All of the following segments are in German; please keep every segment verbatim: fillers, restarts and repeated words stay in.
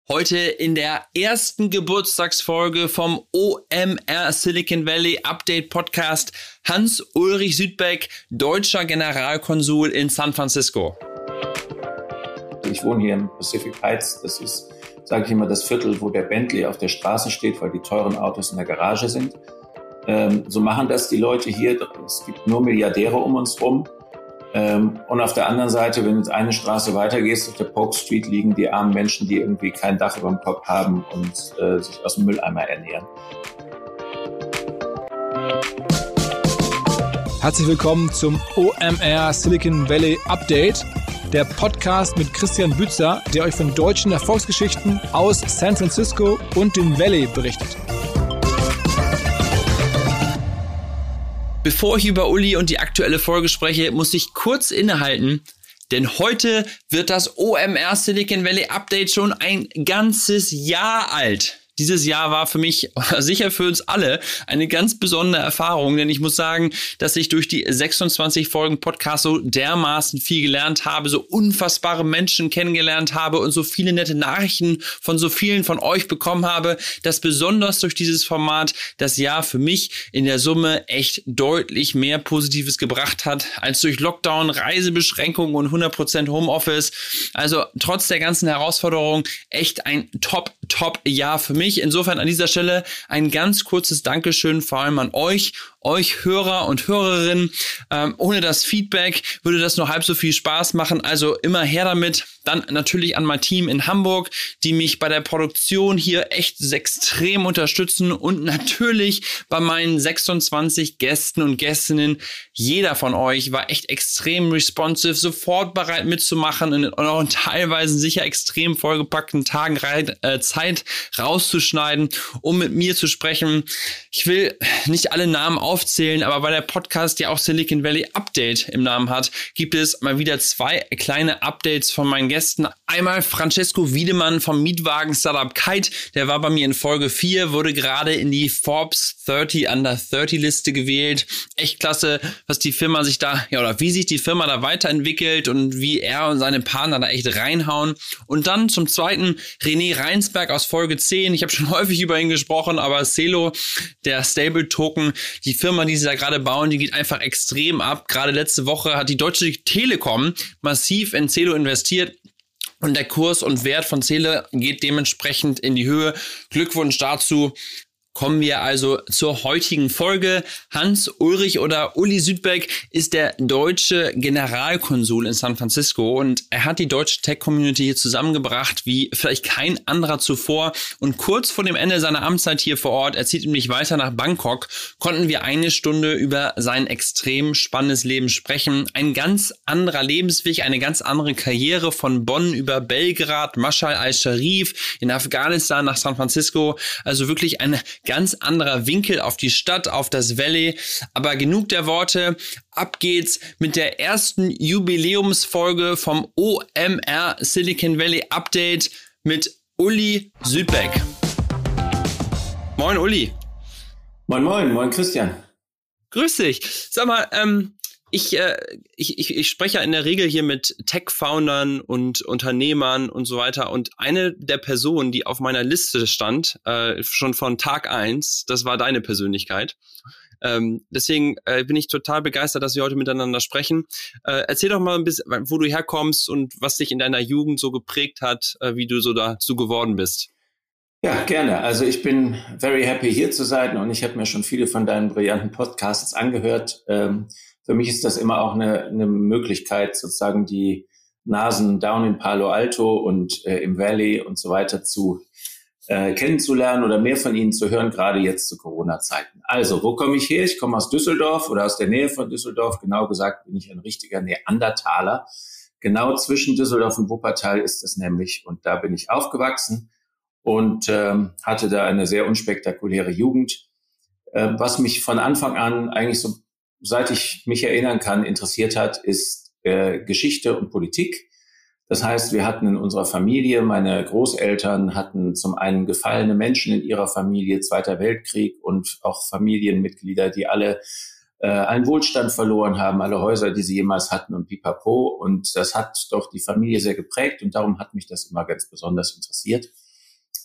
Heute in der ersten Geburtstagsfolge vom O M R Silicon Valley Update Podcast Hans-Ulrich Südbeck, deutscher Generalkonsul in San Francisco. Ich wohne hier im Pacific Heights. Das ist, sage ich immer, das Viertel, wo der Bentley auf der Straße steht, weil die teuren Autos in der Garage sind. Ähm, so machen das die Leute hier. Es gibt nur Milliardäre um uns rum. Ähm, und auf der anderen Seite, wenn du jetzt eine Straße weitergehst, auf der Polk Street liegen die armen Menschen, die irgendwie kein Dach über dem Kopf haben und äh, sich aus dem Mülleimer ernähren. Herzlich willkommen zum O M R Silicon Valley Update, der Podcast mit Christian Bützer, der euch von deutschen Erfolgsgeschichten aus San Francisco und dem Valley berichtet. Bevor ich über Uli und die aktuelle Folge spreche, muss ich kurz innehalten, denn heute wird das O M R Silicon Valley Update schon ein ganzes Jahr alt. Dieses Jahr war für mich, sicher für uns alle, eine ganz besondere Erfahrung, denn ich muss sagen, dass ich durch die sechsundzwanzig Folgen Podcast so dermaßen viel gelernt habe, so unfassbare Menschen kennengelernt habe und so viele nette Nachrichten von so vielen von euch bekommen habe, dass besonders durch dieses Format das Jahr für mich in der Summe echt deutlich mehr Positives gebracht hat, als durch Lockdown, Reisebeschränkungen und hundert Prozent Homeoffice. Also trotz der ganzen Herausforderungen echt ein top, top Jahr für mich. Insofern an dieser Stelle ein ganz kurzes Dankeschön vor allem an euch, euch Hörer und Hörerinnen. Ähm, ohne das Feedback würde das nur halb so viel Spaß machen, also immer her damit. Dann natürlich an mein Team in Hamburg, die mich bei der Produktion hier echt extrem unterstützen und natürlich bei meinen sechsundzwanzig Gästen und Gästinnen. Jeder von euch war echt extrem responsive, sofort bereit mitzumachen und auch in teilweise sicher extrem vollgepackten Tagen rein, äh, Zeit rauszuschneiden, um mit mir zu sprechen. Ich will nicht alle Namen aufzählen, aber weil der Podcast ja auch Silicon Valley Update im Namen hat, gibt es mal wieder zwei kleine Updates von meinen Gästen. Einmal Francesco Wiedemann vom Mietwagen-Startup Kite, der war bei mir in Folge vier, wurde gerade in die Forbes dreißig Under dreißig Liste gewählt. Echt klasse, was die Firma sich da, ja, oder wie sich die Firma da weiterentwickelt und wie er und seine Partner da echt reinhauen. Und dann zum zweiten René Reinsberg aus Folge zehn. Ich habe schon häufig über ihn gesprochen, aber Celo, der Stable Token, die Firma, die sie da gerade bauen, die geht einfach extrem ab. Gerade letzte Woche hat die Deutsche Telekom massiv in Celo investiert. Und der Kurs und Wert von Celo geht dementsprechend in die Höhe. Glückwunsch dazu. Kommen wir also zur heutigen Folge. Hans-Ulrich oder Uli Südbeck ist der deutsche Generalkonsul in San Francisco und er hat die deutsche Tech-Community hier zusammengebracht wie vielleicht kein anderer zuvor. Und kurz vor dem Ende seiner Amtszeit hier vor Ort, er zieht nämlich weiter nach Bangkok, konnten wir eine Stunde über sein extrem spannendes Leben sprechen. Ein ganz anderer Lebensweg, eine ganz andere Karriere von Bonn über Belgrad, Mashhad al-Sharif, in Afghanistan nach San Francisco. Also wirklich eine ganz anderer Winkel auf die Stadt, auf das Valley. Aber genug der Worte. Ab geht's mit der ersten Jubiläumsfolge vom O M R Silicon Valley Update mit Uli Südbeck. Moin Uli. Moin moin, moin Christian. Grüß dich. Sag mal, ähm, Ich, äh, ich, ich, ich spreche ja in der Regel hier mit Tech-Foundern und Unternehmern und so weiter. Und eine der Personen, die auf meiner Liste stand, äh, schon von Tag eins, das war deine Persönlichkeit. Ähm, deswegen äh, bin ich total begeistert, dass wir heute miteinander sprechen. Äh, erzähl doch mal ein bisschen, wo du herkommst und was dich in deiner Jugend so geprägt hat, äh, wie du so dazu geworden bist. Ja, gerne. Also ich bin very happy, hier zu sein und ich habe mir schon viele von deinen brillanten Podcasts angehört. Ähm, Für mich ist das immer auch eine, eine Möglichkeit, sozusagen die Nasen down in Palo Alto und äh, im Valley und so weiter zu äh, kennenzulernen oder mehr von ihnen zu hören, gerade jetzt zu Corona-Zeiten. Also, wo komme ich her? Ich komme aus Düsseldorf oder aus der Nähe von Düsseldorf. Genau gesagt bin ich ein richtiger Neandertaler. Genau zwischen Düsseldorf und Wuppertal ist es nämlich. Und da bin ich aufgewachsen und ähm, hatte da eine sehr unspektakuläre Jugend, äh, was mich von Anfang an eigentlich so, seit ich mich erinnern kann, interessiert hat, ist äh, Geschichte und Politik. Das heißt, wir hatten in unserer Familie, meine Großeltern hatten zum einen gefallene Menschen in ihrer Familie, Zweiter Weltkrieg und auch Familienmitglieder, die alle äh, allen Wohlstand verloren haben, alle Häuser, die sie jemals hatten und pipapo. Und das hat doch die Familie sehr geprägt und darum hat mich das immer ganz besonders interessiert.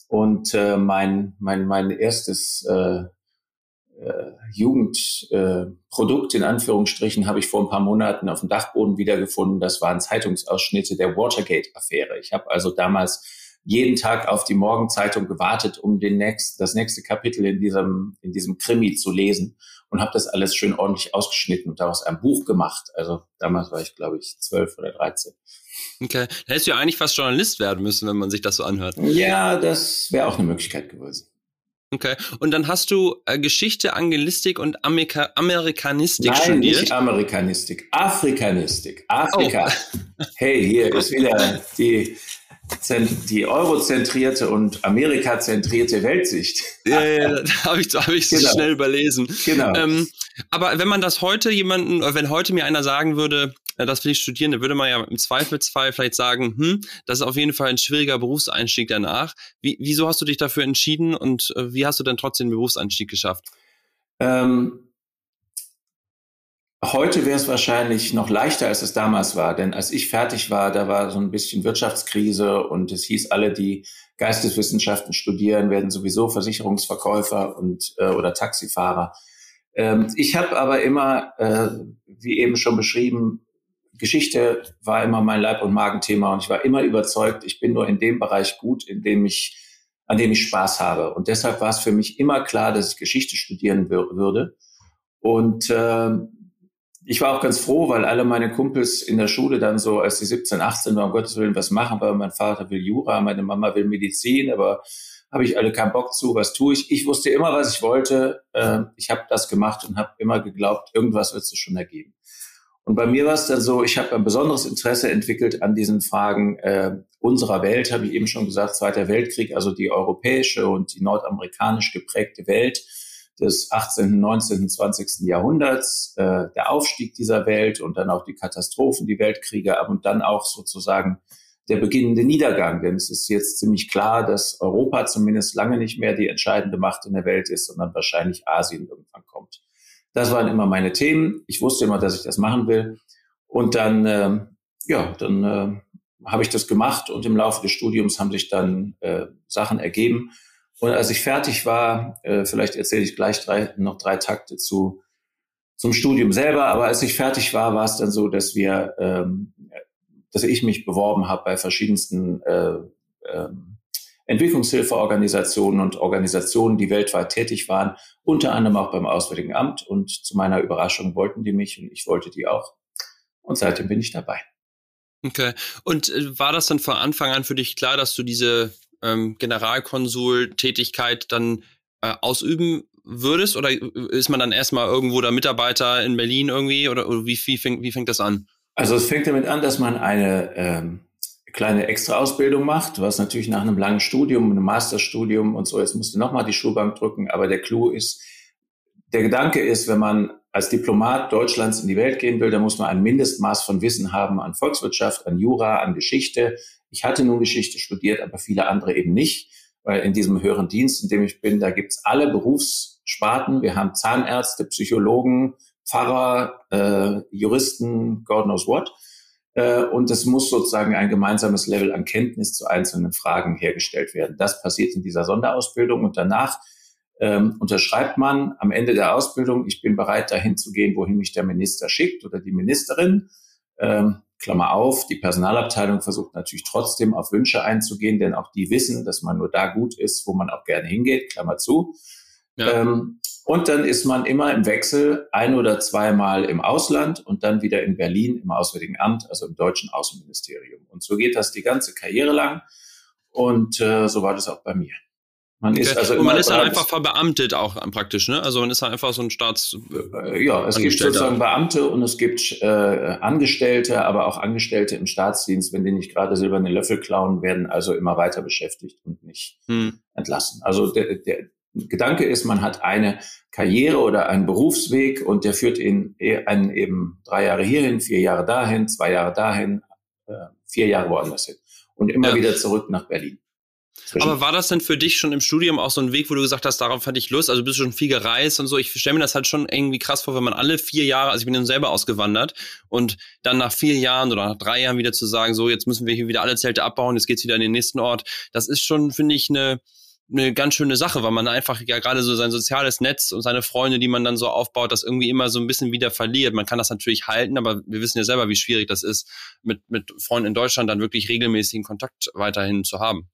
Und äh, mein, mein, mein erstes äh, äh, Jugendprodukt, äh, in Anführungsstrichen, habe ich vor ein paar Monaten auf dem Dachboden wiedergefunden. Das waren Zeitungsausschnitte der Watergate-Affäre. Ich habe also damals jeden Tag auf die Morgenzeitung gewartet, um den nächsten, das nächste Kapitel in diesem, in diesem Krimi zu lesen und habe das alles schön ordentlich ausgeschnitten und daraus ein Buch gemacht. Also damals war ich, glaube ich, zwölf oder dreizehn. Okay, da hättest du ja eigentlich fast Journalist werden müssen, wenn man sich das so anhört. Ja, das wäre auch eine Möglichkeit gewesen. Okay, und dann hast du äh, Geschichte, Angelistik und Amerika- Amerikanistik Nein, studiert? Nein, nicht Amerikanistik, Afrikanistik, Afrika. Oh. Hey, hier ist wieder die, die eurozentrierte und amerikazentrierte Weltsicht. Ja, ja, da habe ich, hab ich genau. schnell überlesen. Genau. Ähm, aber wenn man das heute jemanden, oder wenn heute mir einer sagen würde, das will ich studieren, dann würde man ja im Zweifelsfall vielleicht sagen, hm, das ist auf jeden Fall ein schwieriger Berufseinstieg danach. Wie, wieso hast du dich dafür entschieden und äh, wie hast du denn trotzdem den Berufseinstieg geschafft? Ähm, heute wäre es wahrscheinlich noch leichter, als es damals war, denn als ich fertig war, da war so ein bisschen Wirtschaftskrise und es hieß, alle, die Geisteswissenschaften studieren, werden sowieso Versicherungsverkäufer und äh, oder Taxifahrer. Ähm, ich habe aber immer, äh, wie eben schon beschrieben, Geschichte war immer mein Leib- und Magenthema und ich war immer überzeugt, ich bin nur in dem Bereich gut, in dem ich, an dem ich Spaß habe. Und deshalb war es für mich immer klar, dass ich Geschichte studieren wür- würde. Und äh, ich war auch ganz froh, weil alle meine Kumpels in der Schule dann so, als sie siebzehn, achtzehn waren, um Gottes Willen, was machen wir? Mein Vater will Jura, meine Mama will Medizin, aber habe ich alle keinen Bock zu, was tue ich? Ich wusste immer, was ich wollte. Äh, ich habe das gemacht und habe immer geglaubt, irgendwas wird es schon ergeben. Und bei mir war es dann so, ich habe ein besonderes Interesse entwickelt an diesen Fragen äh, unserer Welt, habe ich eben schon gesagt, Zweiter Weltkrieg, also die europäische und die nordamerikanisch geprägte Welt des achtzehnten, neunzehnten, zwanzigsten Jahrhunderts, äh, der Aufstieg dieser Welt und dann auch die Katastrophen, die Weltkriege, aber und dann auch sozusagen der beginnende Niedergang. Denn es ist jetzt ziemlich klar, dass Europa zumindest lange nicht mehr die entscheidende Macht in der Welt ist, sondern wahrscheinlich Asien irgendwann kommt. Das waren immer meine Themen. Ich wusste immer, dass ich das machen will. Und dann, äh, ja, dann äh, habe ich das gemacht und im Laufe des Studiums haben sich dann äh, Sachen ergeben. Und als ich fertig war, äh, vielleicht erzähle ich gleich drei, noch drei Takte zu zum Studium selber, aber als ich fertig war, war es dann so, dass wir, ähm, dass ich mich beworben habe bei verschiedensten äh, äh, Entwicklungshilfeorganisationen und Organisationen, die weltweit tätig waren, unter anderem auch beim Auswärtigen Amt. Und zu meiner Überraschung wollten die mich und ich wollte die auch. Und seitdem bin ich dabei. Okay. Und äh, war das dann von Anfang an für dich klar, dass du diese ähm, Generalkonsul-Tätigkeit dann äh, ausüben würdest? Oder ist man dann erstmal irgendwo der Mitarbeiter in Berlin irgendwie? Oder, oder wie, wie, fängt, wie fängt das an? Also es fängt damit an, dass man eine ähm, kleine Extra-Ausbildung macht, was natürlich nach einem langen Studium, einem Masterstudium und so, jetzt musst du nochmal die Schulbank drücken, aber der Clou ist, der Gedanke ist, wenn man als Diplomat Deutschlands in die Welt gehen will, dann muss man ein Mindestmaß von Wissen haben an Volkswirtschaft, an Jura, an Geschichte. Ich hatte nun Geschichte studiert, aber viele andere eben nicht, weil in diesem höheren Dienst, in dem ich bin, da gibt's alle Berufssparten. Wir haben Zahnärzte, Psychologen, Pfarrer, äh, Juristen, God knows what. Und es muss sozusagen ein gemeinsames Level an Kenntnis zu einzelnen Fragen hergestellt werden. Das passiert in dieser Sonderausbildung und danach ähm, unterschreibt man am Ende der Ausbildung, ich bin bereit, dahin zu gehen, wohin mich der Minister schickt oder die Ministerin. Ähm, Klammer auf, die Personalabteilung versucht natürlich trotzdem auf Wünsche einzugehen, denn auch die wissen, dass man nur da gut ist, wo man auch gerne hingeht, Klammer zu. Ja. Ähm, Und dann ist man immer im Wechsel ein- oder zweimal im Ausland und dann wieder in Berlin im Auswärtigen Amt, also im deutschen Außenministerium. Und so geht das die ganze Karriere lang. Und äh, so war das auch bei mir. Man okay. ist also und man immer ist dann einfach verbeamtet auch praktisch, ne? Also man ist dann einfach so ein Staats... Äh, ja, es gibt sozusagen Beamte und es gibt äh, Angestellte, aber auch Angestellte im Staatsdienst, wenn die nicht gerade silberne Löffel klauen, werden also immer weiter beschäftigt und nicht hm. entlassen. Also der, der Gedanke ist, man hat eine Karriere oder einen Berufsweg und der führt ihn einen eben drei Jahre hierhin, vier Jahre dahin, zwei Jahre dahin, äh, vier Jahre woanders hin und immer ja. wieder zurück nach Berlin. Aber war das denn für dich schon im Studium auch so ein Weg, wo du gesagt hast, darauf hatte ich Lust, also bist du schon viel gereist und so? Ich stelle mir das halt schon irgendwie krass vor, wenn man alle vier Jahre, also ich bin dann selber ausgewandert und dann nach vier Jahren oder nach drei Jahren wieder zu sagen, so jetzt müssen wir hier wieder alle Zelte abbauen, jetzt geht's wieder in den nächsten Ort. Das ist schon, finde ich, eine eine ganz schöne Sache, weil man einfach ja gerade so sein soziales Netz und seine Freunde, die man dann so aufbaut, das irgendwie immer so ein bisschen wieder verliert. Man kann das natürlich halten, aber wir wissen ja selber, wie schwierig das ist, mit mit Freunden in Deutschland dann wirklich regelmäßigen Kontakt weiterhin zu haben.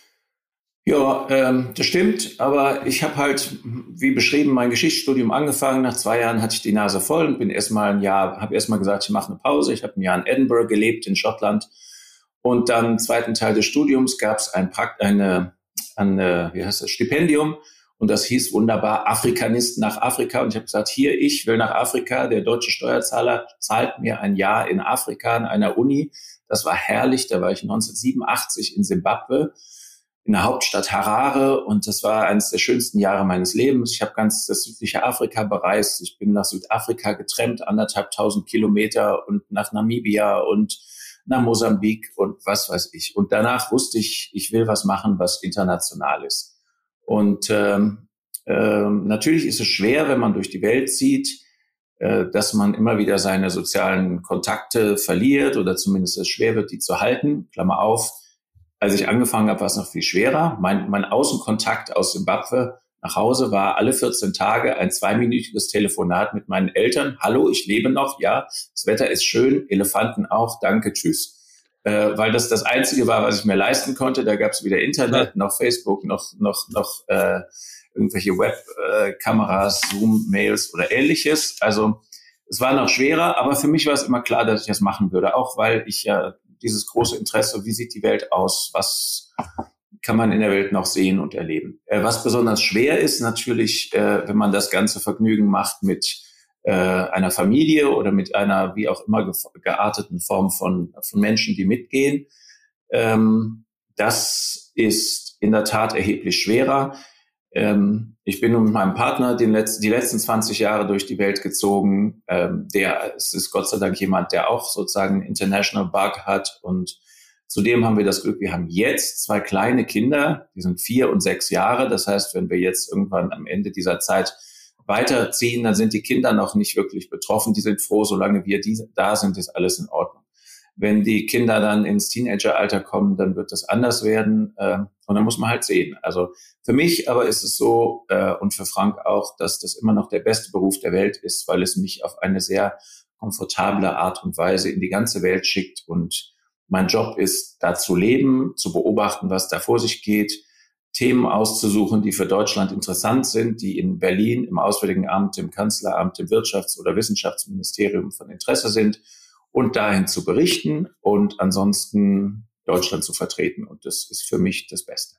Ja, ähm, das stimmt, aber ich habe halt, wie beschrieben, mein Geschichtsstudium angefangen. Nach zwei Jahren hatte ich die Nase voll und bin erstmal ein Jahr, habe erstmal gesagt, ich mache eine Pause. Ich habe ein Jahr in Edinburgh gelebt, in Schottland. Und dann im zweiten Teil des Studiums gab es ein Prakt, eine ein, wie heißt das, Stipendium, und das hieß wunderbar Afrikanisten nach Afrika, und ich habe gesagt, hier, ich will nach Afrika, der deutsche Steuerzahler zahlt mir ein Jahr in Afrika an einer Uni. Das war herrlich, da war ich neunzehnhundertsiebenundachtzig in Simbabwe, in der Hauptstadt Harare, und das war eines der schönsten Jahre meines Lebens. Ich habe ganz das südliche Afrika bereist, ich bin nach Südafrika getrennt, anderthalbtausend Kilometer, und nach Namibia und nach Mosambik und was weiß ich. Und danach wusste ich, ich will was machen, was international ist. Und ähm, ähm, natürlich ist es schwer, wenn man durch die Welt zieht, äh, dass man immer wieder seine sozialen Kontakte verliert oder zumindest es schwer wird, die zu halten. Klammer auf, als ich angefangen habe, war es noch viel schwerer. Mein, mein Außenkontakt aus Simbabwe nach Hause war alle vierzehn Tage ein zweiminütiges Telefonat mit meinen Eltern. Hallo, ich lebe noch, ja, das Wetter ist schön, Elefanten auch, danke, tschüss. Äh, weil das das Einzige war, was ich mir leisten konnte. Da gab es weder Internet, ja. noch Facebook, noch noch noch äh, irgendwelche Webkameras, äh, Zoom, Mails oder ähnliches. Also es war noch schwerer, aber für mich war es immer klar, dass ich das machen würde, auch weil ich ja dieses große Interesse, wie sieht die Welt aus, was kann man in der Welt noch sehen und erleben. Äh, was besonders schwer ist natürlich, äh, wenn man das ganze Vergnügen macht mit äh, einer Familie oder mit einer wie auch immer ge- gearteten Form von, von Menschen, die mitgehen. Ähm, das ist in der Tat erheblich schwerer. Ähm, ich bin mit meinem Partner den letzten, die letzten zwanzig Jahre durch die Welt gezogen. Ähm, der, es ist Gott sei Dank jemand, der auch sozusagen einen International Bug hat, und zudem haben wir das Glück, wir haben jetzt zwei kleine Kinder, die sind vier und sechs Jahre. Das heißt, wenn wir jetzt irgendwann am Ende dieser Zeit weiterziehen, dann sind die Kinder noch nicht wirklich betroffen. Die sind froh, solange wir die, da sind, ist alles in Ordnung. Wenn die Kinder dann ins Teenageralter kommen, dann wird das anders werden. Äh, und dann muss man halt sehen. Also für mich aber ist es so, äh, und für Frank auch, dass das immer noch der beste Beruf der Welt ist, weil es mich auf eine sehr komfortable Art und Weise in die ganze Welt schickt. Und mein Job ist, da zu leben, zu beobachten, was da vor sich geht, Themen auszusuchen, die für Deutschland interessant sind, die in Berlin im Auswärtigen Amt, im Kanzleramt, im Wirtschafts- oder Wissenschaftsministerium von Interesse sind, und dahin zu berichten und ansonsten Deutschland zu vertreten. Und das ist für mich das Beste.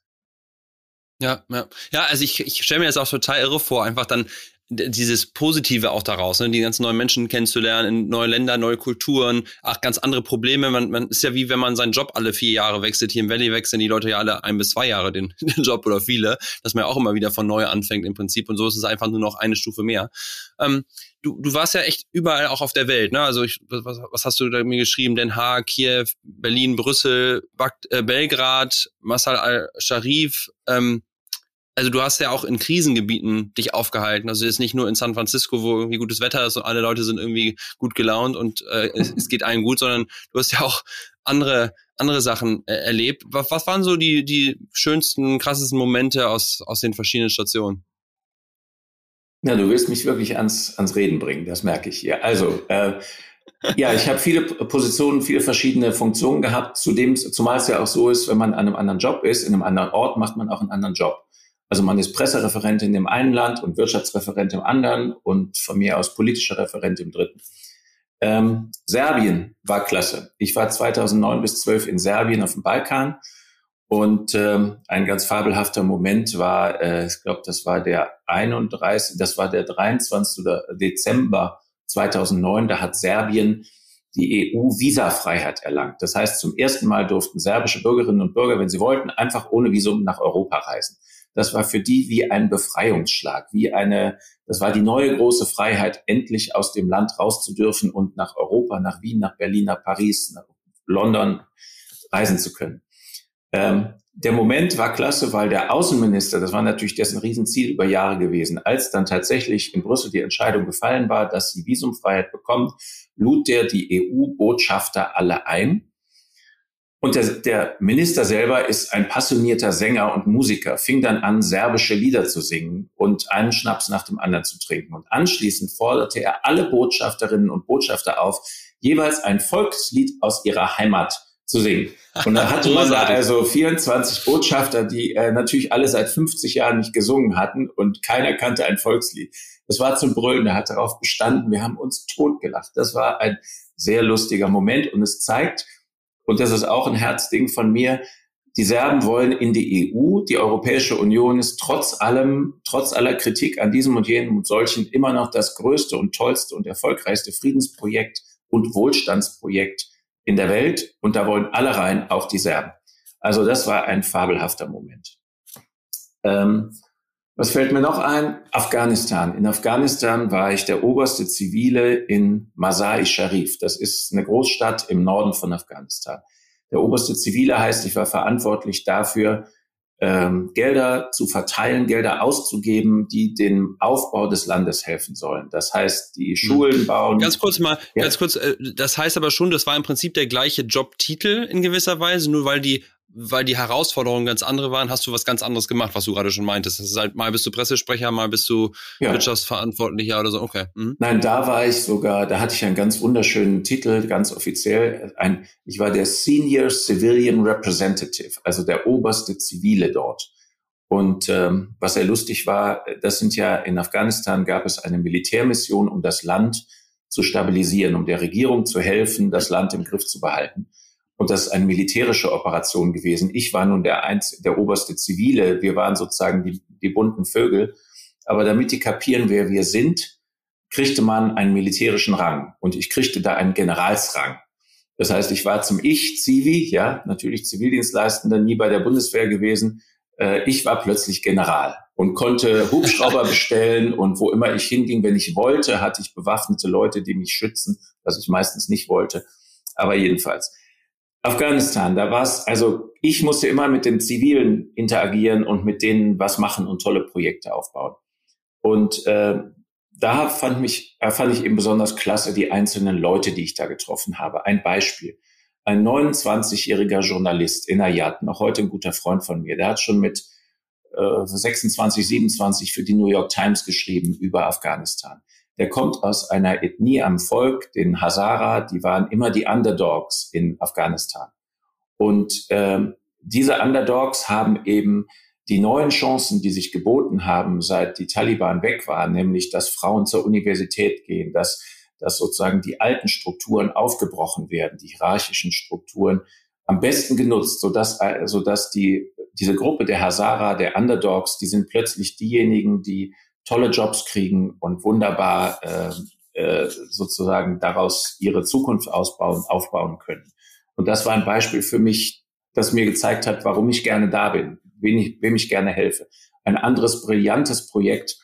Ja, ja. Ja, also ich, ich stelle mir das auch total irre vor, einfach dann dieses Positive auch daraus, ne? Die ganzen neuen Menschen kennenzulernen, in neue Länder, neue Kulturen, ach, ganz andere Probleme. Man, man ist ja wie, wenn man seinen Job alle vier Jahre wechselt. Hier im Valley wechseln die Leute ja alle ein bis zwei Jahre den, den Job oder viele, dass man ja auch immer wieder von neu anfängt im Prinzip. Und so ist es einfach nur noch eine Stufe mehr. Ähm, du, du warst ja echt überall auch auf der Welt, ne? Also ich, was, was hast du da mir geschrieben? Den Haag, Kiew, Berlin, Brüssel, Bag, äh, Belgrad, Masal al-Sharif, ähm, also du hast ja auch in Krisengebieten dich aufgehalten. Also jetzt nicht nur in San Francisco, wo irgendwie gutes Wetter ist und alle Leute sind irgendwie gut gelaunt und äh, es, es geht allen gut, sondern du hast ja auch andere andere Sachen äh, erlebt. Was, was waren so die die schönsten, krassesten Momente aus aus den verschiedenen Stationen? Ja, du willst mich wirklich ans ans Reden bringen, das merke ich. Ja, also äh, ja, ich habe viele Positionen, viele verschiedene Funktionen gehabt. Zudem, zumal es ja auch so ist, wenn man an einem anderen Job ist, in einem anderen Ort, macht man auch einen anderen Job. Also man ist Pressereferent in dem einen Land und Wirtschaftsreferent im anderen und von mir aus politischer Referent im dritten. Ähm, Serbien war klasse. Ich war zweitausendneun bis zwölf in Serbien auf dem Balkan, und ähm, ein ganz fabelhafter Moment war, äh, ich glaube, das war der einunddreißigste, das war der dreiundzwanzigste Dezember zweitausendneun. Da hat Serbien die E U-Visafreiheit erlangt. Das heißt, zum ersten Mal durften serbische Bürgerinnen und Bürger, wenn sie wollten, einfach ohne Visum nach Europa reisen. Das war für die wie ein Befreiungsschlag, wie eine, das war die neue große Freiheit, endlich aus dem Land raus zu dürfen und nach Europa, nach Wien, nach Berlin, nach Paris, nach London reisen zu können. Ähm, der Moment war klasse, weil der Außenminister, das war natürlich dessen Riesenziel über Jahre gewesen, als dann tatsächlich in Brüssel die Entscheidung gefallen war, dass sie Visumfreiheit bekommt, lud der die E U-Botschafter alle ein. Und der, der Minister selber ist ein passionierter Sänger und Musiker, fing dann an, serbische Lieder zu singen und einen Schnaps nach dem anderen zu trinken. Und anschließend forderte er alle Botschafterinnen und Botschafter auf, jeweils ein Volkslied aus ihrer Heimat zu singen. Und da hatte man da also vierundzwanzig Botschafter, die äh, natürlich alle seit fünfzig Jahren nicht gesungen hatten und keiner kannte ein Volkslied. Das war zum Brüllen, er hat darauf bestanden, wir haben uns totgelacht. Das war ein sehr lustiger Moment und es zeigt, und das ist auch ein Herzding von mir, die Serben wollen in die E U, die Europäische Union ist trotz allem, trotz aller Kritik an diesem und jenem und solchen immer noch das größte und tollste und erfolgreichste Friedensprojekt und Wohlstandsprojekt in der Welt. Und da wollen alle rein, auch die Serben. Also das war ein fabelhafter Moment. Ähm, was fällt mir noch ein? Afghanistan. In Afghanistan war ich der oberste Zivile in Mazar-i-Sharif. Das ist eine Großstadt im Norden von Afghanistan. Der oberste Zivile heißt, ich war verantwortlich dafür, ähm, Gelder zu verteilen, Gelder auszugeben, die dem Aufbau des Landes helfen sollen. Das heißt, die Schulen bauen. Ganz kurz mal, ja. ganz kurz, äh, das heißt aber schon, das war im Prinzip der gleiche Jobtitel in gewisser Weise, nur weil die weil die Herausforderungen ganz andere waren, hast du was ganz anderes gemacht, was du gerade schon meintest. Das ist halt, mal bist du Pressesprecher, mal bist du ja. Wirtschaftsverantwortlicher oder so. Okay. Mhm. Nein, da war ich sogar, da hatte ich einen ganz wunderschönen Titel, ganz offiziell. Ein, ich war der Senior Civilian Representative, also der oberste Zivile dort. Und ähm, was sehr lustig war, das sind ja, in Afghanistan gab es eine Militärmission, um das Land zu stabilisieren, um der Regierung zu helfen, das Land im Griff zu behalten. Und das ist eine militärische Operation gewesen. Ich war nun der, Einz- der oberste Zivile. Wir waren sozusagen die, die bunten Vögel. Aber damit die kapieren, wer wir sind, kriegte man einen militärischen Rang. Und ich kriegte da einen Generalsrang. Das heißt, ich war zum Ich-Zivi, ja, natürlich Zivildienstleistender, nie bei der Bundeswehr gewesen. Äh, ich war plötzlich General und konnte Hubschrauber bestellen. Und wo immer ich hinging, wenn ich wollte, hatte ich bewaffnete Leute, die mich schützen, was ich meistens nicht wollte. Aber jedenfalls. Afghanistan, da war es, also ich musste immer mit den Zivilen interagieren und mit denen was machen und tolle Projekte aufbauen. Und äh, da fand, mich, äh, fand ich eben besonders klasse die einzelnen Leute, die ich da getroffen habe. Ein Beispiel, ein neunundzwanzigjähriger Journalist, Inayat, noch heute ein guter Freund von mir, der hat schon mit äh, sechsundzwanzig, siebenundzwanzig für die New York Times geschrieben über Afghanistan. Der kommt aus einer Ethnie am Volk, den Hazara, die waren immer die Underdogs in Afghanistan. Und ähm, diese Underdogs haben eben die neuen Chancen, die sich geboten haben, seit die Taliban weg waren, nämlich dass Frauen zur Universität gehen, dass, dass sozusagen die alten Strukturen aufgebrochen werden, die hierarchischen Strukturen, am besten genutzt, sodass, sodass die, diese Gruppe der Hazara, der Underdogs, die sind plötzlich diejenigen, die tolle Jobs kriegen und wunderbar äh, äh, sozusagen daraus ihre Zukunft ausbauen, aufbauen können. Und das war ein Beispiel für mich, das mir gezeigt hat, warum ich gerne da bin, wem ich, wem ich gerne helfe. Ein anderes brillantes Projekt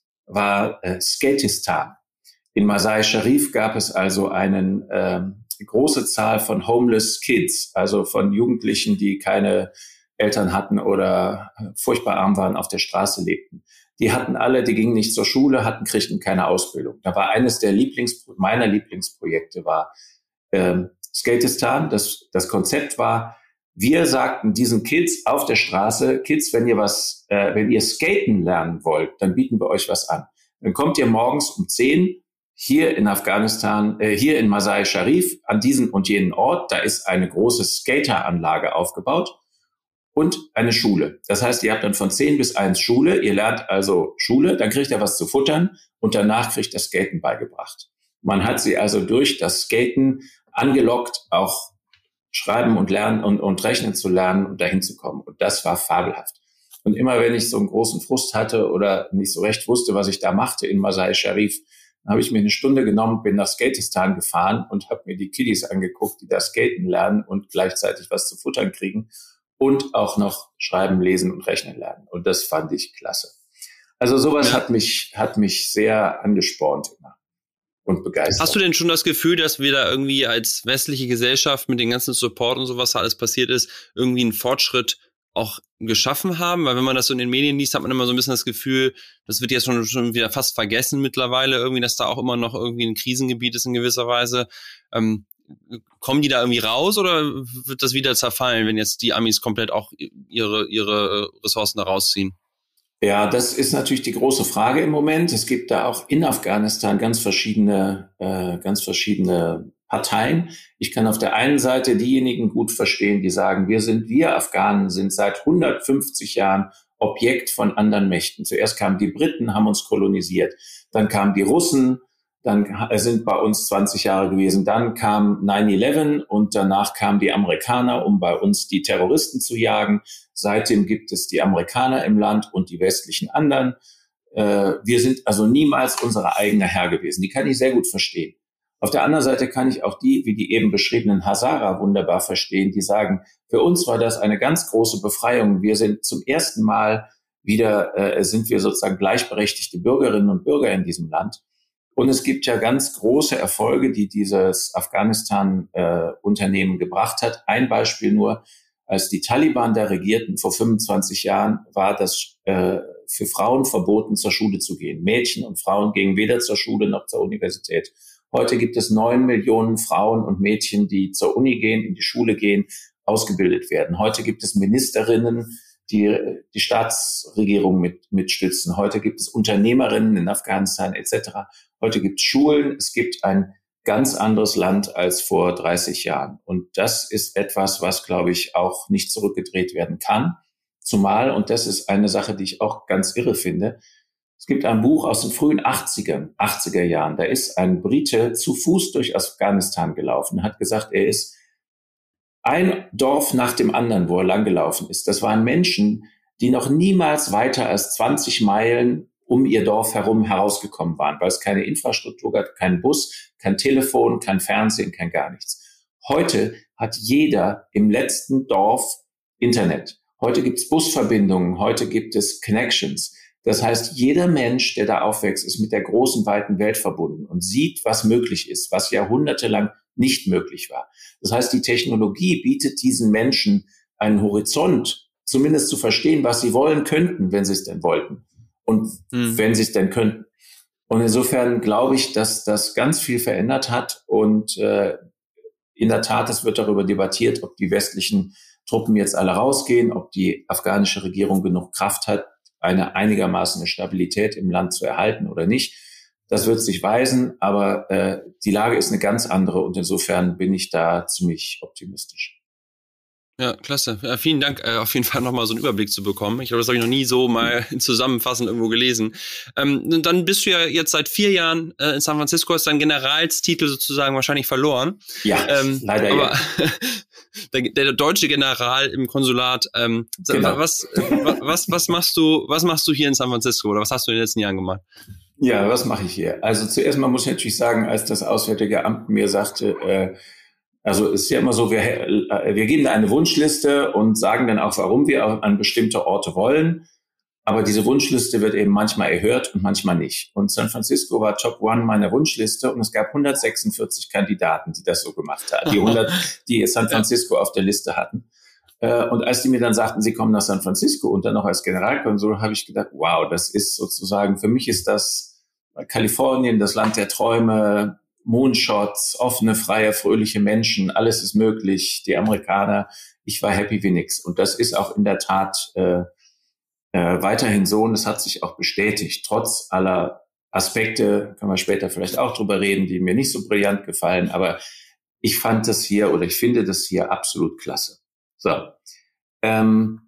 war äh, Skatistan. In Mazar-i-Sharif gab es also eine äh, große Zahl von homeless Kids, also von Jugendlichen, die keine Eltern hatten oder furchtbar arm waren, auf der Straße lebten. Die hatten alle, die gingen nicht zur Schule, hatten, kriegten keine Ausbildung. Da war eines der Lieblings, meiner Lieblingsprojekte war ähm, Skatistan. Das, das Konzept war, wir sagten diesen Kids auf der Straße, Kids, wenn ihr was, äh, wenn ihr skaten lernen wollt, dann bieten wir euch was an. Dann kommt ihr morgens um zehn hier in Afghanistan, äh, hier in Mazar-i-Sharif an diesen und jenen Ort. Da ist eine große Skateranlage aufgebaut. Und eine Schule. Das heißt, ihr habt dann von zehn bis eins Schule, ihr lernt also Schule, dann kriegt ihr was zu futtern und danach kriegt das Skaten beigebracht. Man hat sie also durch das Skaten angelockt, auch schreiben und lernen und, und rechnen zu lernen und dahin zu kommen. Und das war fabelhaft. Und immer wenn ich so einen großen Frust hatte oder nicht so recht wusste, was ich da machte in Mazar-i-Sharif, dann habe ich mir eine Stunde genommen, bin nach Skatistan gefahren und habe mir die Kiddies angeguckt, die da skaten lernen und gleichzeitig was zu futtern kriegen. Und auch noch schreiben, lesen und rechnen lernen. Und das fand ich klasse. Also sowas ja. hat mich, hat mich sehr angespornt immer und begeistert. Hast du denn schon das Gefühl, dass wir da irgendwie als westliche Gesellschaft mit dem ganzen Support und so, was da alles passiert ist, irgendwie einen Fortschritt auch geschaffen haben, weil wenn man das so in den Medien liest, hat man immer so ein bisschen das Gefühl, das wird jetzt schon, schon wieder fast vergessen mittlerweile, irgendwie, dass da auch immer noch irgendwie ein Krisengebiet ist in gewisser Weise. Ähm, kommen die da irgendwie raus oder wird das wieder zerfallen, wenn jetzt die Amis komplett auch ihre, ihre Ressourcen da rausziehen? Ja, das ist natürlich die große Frage im Moment. Es gibt da auch in Afghanistan ganz verschiedene, äh, ganz verschiedene Parteien. Ich kann auf der einen Seite diejenigen gut verstehen, die sagen, wir sind, wir Afghanen sind seit hundertfünfzig Jahren Objekt von anderen Mächten. Zuerst kamen die Briten, haben uns kolonisiert. Dann kamen die Russen, dann sind bei uns zwanzig Jahre gewesen. Dann kam nine eleven und danach kamen die Amerikaner, um bei uns die Terroristen zu jagen. Seitdem gibt es die Amerikaner im Land und die westlichen anderen. Wir sind also niemals unsere eigene Herr gewesen. Die kann ich sehr gut verstehen. Auf der anderen Seite kann ich auch die, wie die eben beschriebenen Hazara, wunderbar verstehen, die sagen, für uns war das eine ganz große Befreiung. Wir sind zum ersten Mal wieder, äh, sind wir sozusagen gleichberechtigte Bürgerinnen und Bürger in diesem Land. Und es gibt ja ganz große Erfolge, die dieses Afghanistan-Unternehmen äh, gebracht hat. Ein Beispiel nur, als die Taliban da regierten vor fünfundzwanzig Jahren, war das äh, für Frauen verboten, zur Schule zu gehen. Mädchen und Frauen gingen weder zur Schule noch zur Universität. Heute gibt es neun Millionen Frauen und Mädchen, die zur Uni gehen, in die Schule gehen, ausgebildet werden. Heute gibt es Ministerinnen, die die Staatsregierung mit mitstützen. Heute gibt es Unternehmerinnen in Afghanistan et cetera. Heute gibt es Schulen. Es gibt ein ganz anderes Land als vor dreißig Jahren. Und das ist etwas, was, glaube ich, auch nicht zurückgedreht werden kann. Zumal, und das ist eine Sache, die ich auch ganz irre finde, es gibt ein Buch aus den frühen achtziger Jahren. Da ist ein Brite zu Fuß durch Afghanistan gelaufen, hat gesagt, er ist ein Dorf nach dem anderen, wo er langgelaufen ist. Das waren Menschen, die noch niemals weiter als zwanzig Meilen um ihr Dorf herum herausgekommen waren, weil es keine Infrastruktur gab, kein Bus, kein Telefon, kein Fernsehen, kein gar nichts. Heute hat jeder im letzten Dorf Internet. Heute gibt es Busverbindungen, heute gibt es Connections. Das heißt, jeder Mensch, der da aufwächst, ist mit der großen, weiten Welt verbunden und sieht, was möglich ist, was jahrhundertelang nicht möglich war. Das heißt, die Technologie bietet diesen Menschen einen Horizont, zumindest zu verstehen, was sie wollen könnten, wenn sie es denn wollten und mhm. wenn sie es denn könnten. Und insofern glaube ich, dass das ganz viel verändert hat und äh, in der Tat, es wird darüber debattiert, ob die westlichen Truppen jetzt alle rausgehen, ob die afghanische Regierung genug Kraft hat, eine einigermaßen eine Stabilität im Land zu erhalten oder nicht. Das wird sich weisen, aber äh, die Lage ist eine ganz andere und insofern bin ich da ziemlich optimistisch. Ja, klasse. Ja, vielen Dank, äh, auf jeden Fall nochmal so einen Überblick zu bekommen. Ich glaube, das habe ich noch nie so mal zusammenfassend irgendwo gelesen. Ähm, und dann bist du ja jetzt seit vier Jahren äh, in San Francisco, hast deinen Generalstitel sozusagen wahrscheinlich verloren. Ja, ähm, leider aber ja. der, der deutsche General im Konsulat. Ähm, genau. was, was, was machst du, was machst du hier in San Francisco oder was hast du in den letzten Jahren gemacht? Ja, was mache ich hier? Also zuerst mal muss ich natürlich sagen, als das Auswärtige Amt mir sagte, äh, also es ist ja immer so, wir, wir geben da eine Wunschliste und sagen dann auch, warum wir an bestimmte Orte wollen. Aber diese Wunschliste wird eben manchmal erhört und manchmal nicht. Und San Francisco war Top One meiner Wunschliste und es gab hundertsechsundvierzig Kandidaten, die das so gemacht haben, die hundert, die San Francisco auf der Liste hatten. Und als die mir dann sagten, sie kommen nach San Francisco und dann noch als Generalkonsul, habe ich gedacht, wow, das ist sozusagen, für mich ist das Kalifornien, das Land der Träume, Moonshots, offene, freie, fröhliche Menschen, alles ist möglich, die Amerikaner, ich war happy wie nix. Und das ist auch in der Tat äh, äh, weiterhin so und das hat sich auch bestätigt, trotz aller Aspekte, können wir später vielleicht auch drüber reden, die mir nicht so brillant gefallen, aber ich fand das hier oder ich finde das hier absolut klasse. So, ähm,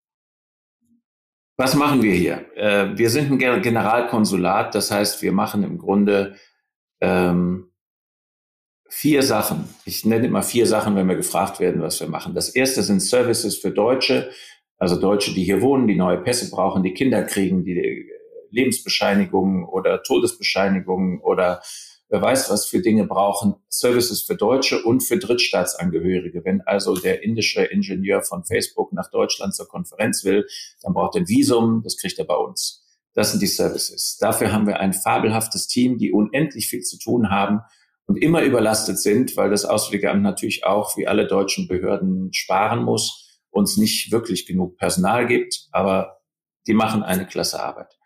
was machen wir hier? Äh, wir sind ein Generalkonsulat, das heißt, wir machen im Grunde ähm, vier Sachen. Ich nenne immer vier Sachen, wenn wir gefragt werden, was wir machen. Das erste sind Services für Deutsche, also Deutsche, die hier wohnen, die neue Pässe brauchen, die Kinder kriegen, die Lebensbescheinigungen oder Todesbescheinigungen oder wer weiß, was für Dinge brauchen. Services für Deutsche und für Drittstaatsangehörige. Wenn also der indische Ingenieur von Facebook nach Deutschland zur Konferenz will, dann braucht er ein Visum, das kriegt er bei uns. Das sind die Services. Dafür haben wir ein fabelhaftes Team, die unendlich viel zu tun haben und immer überlastet sind, weil das Auswärtige Amt natürlich auch, wie alle deutschen Behörden, sparen muss uns nicht wirklich genug Personal gibt, aber die machen eine klasse Arbeit.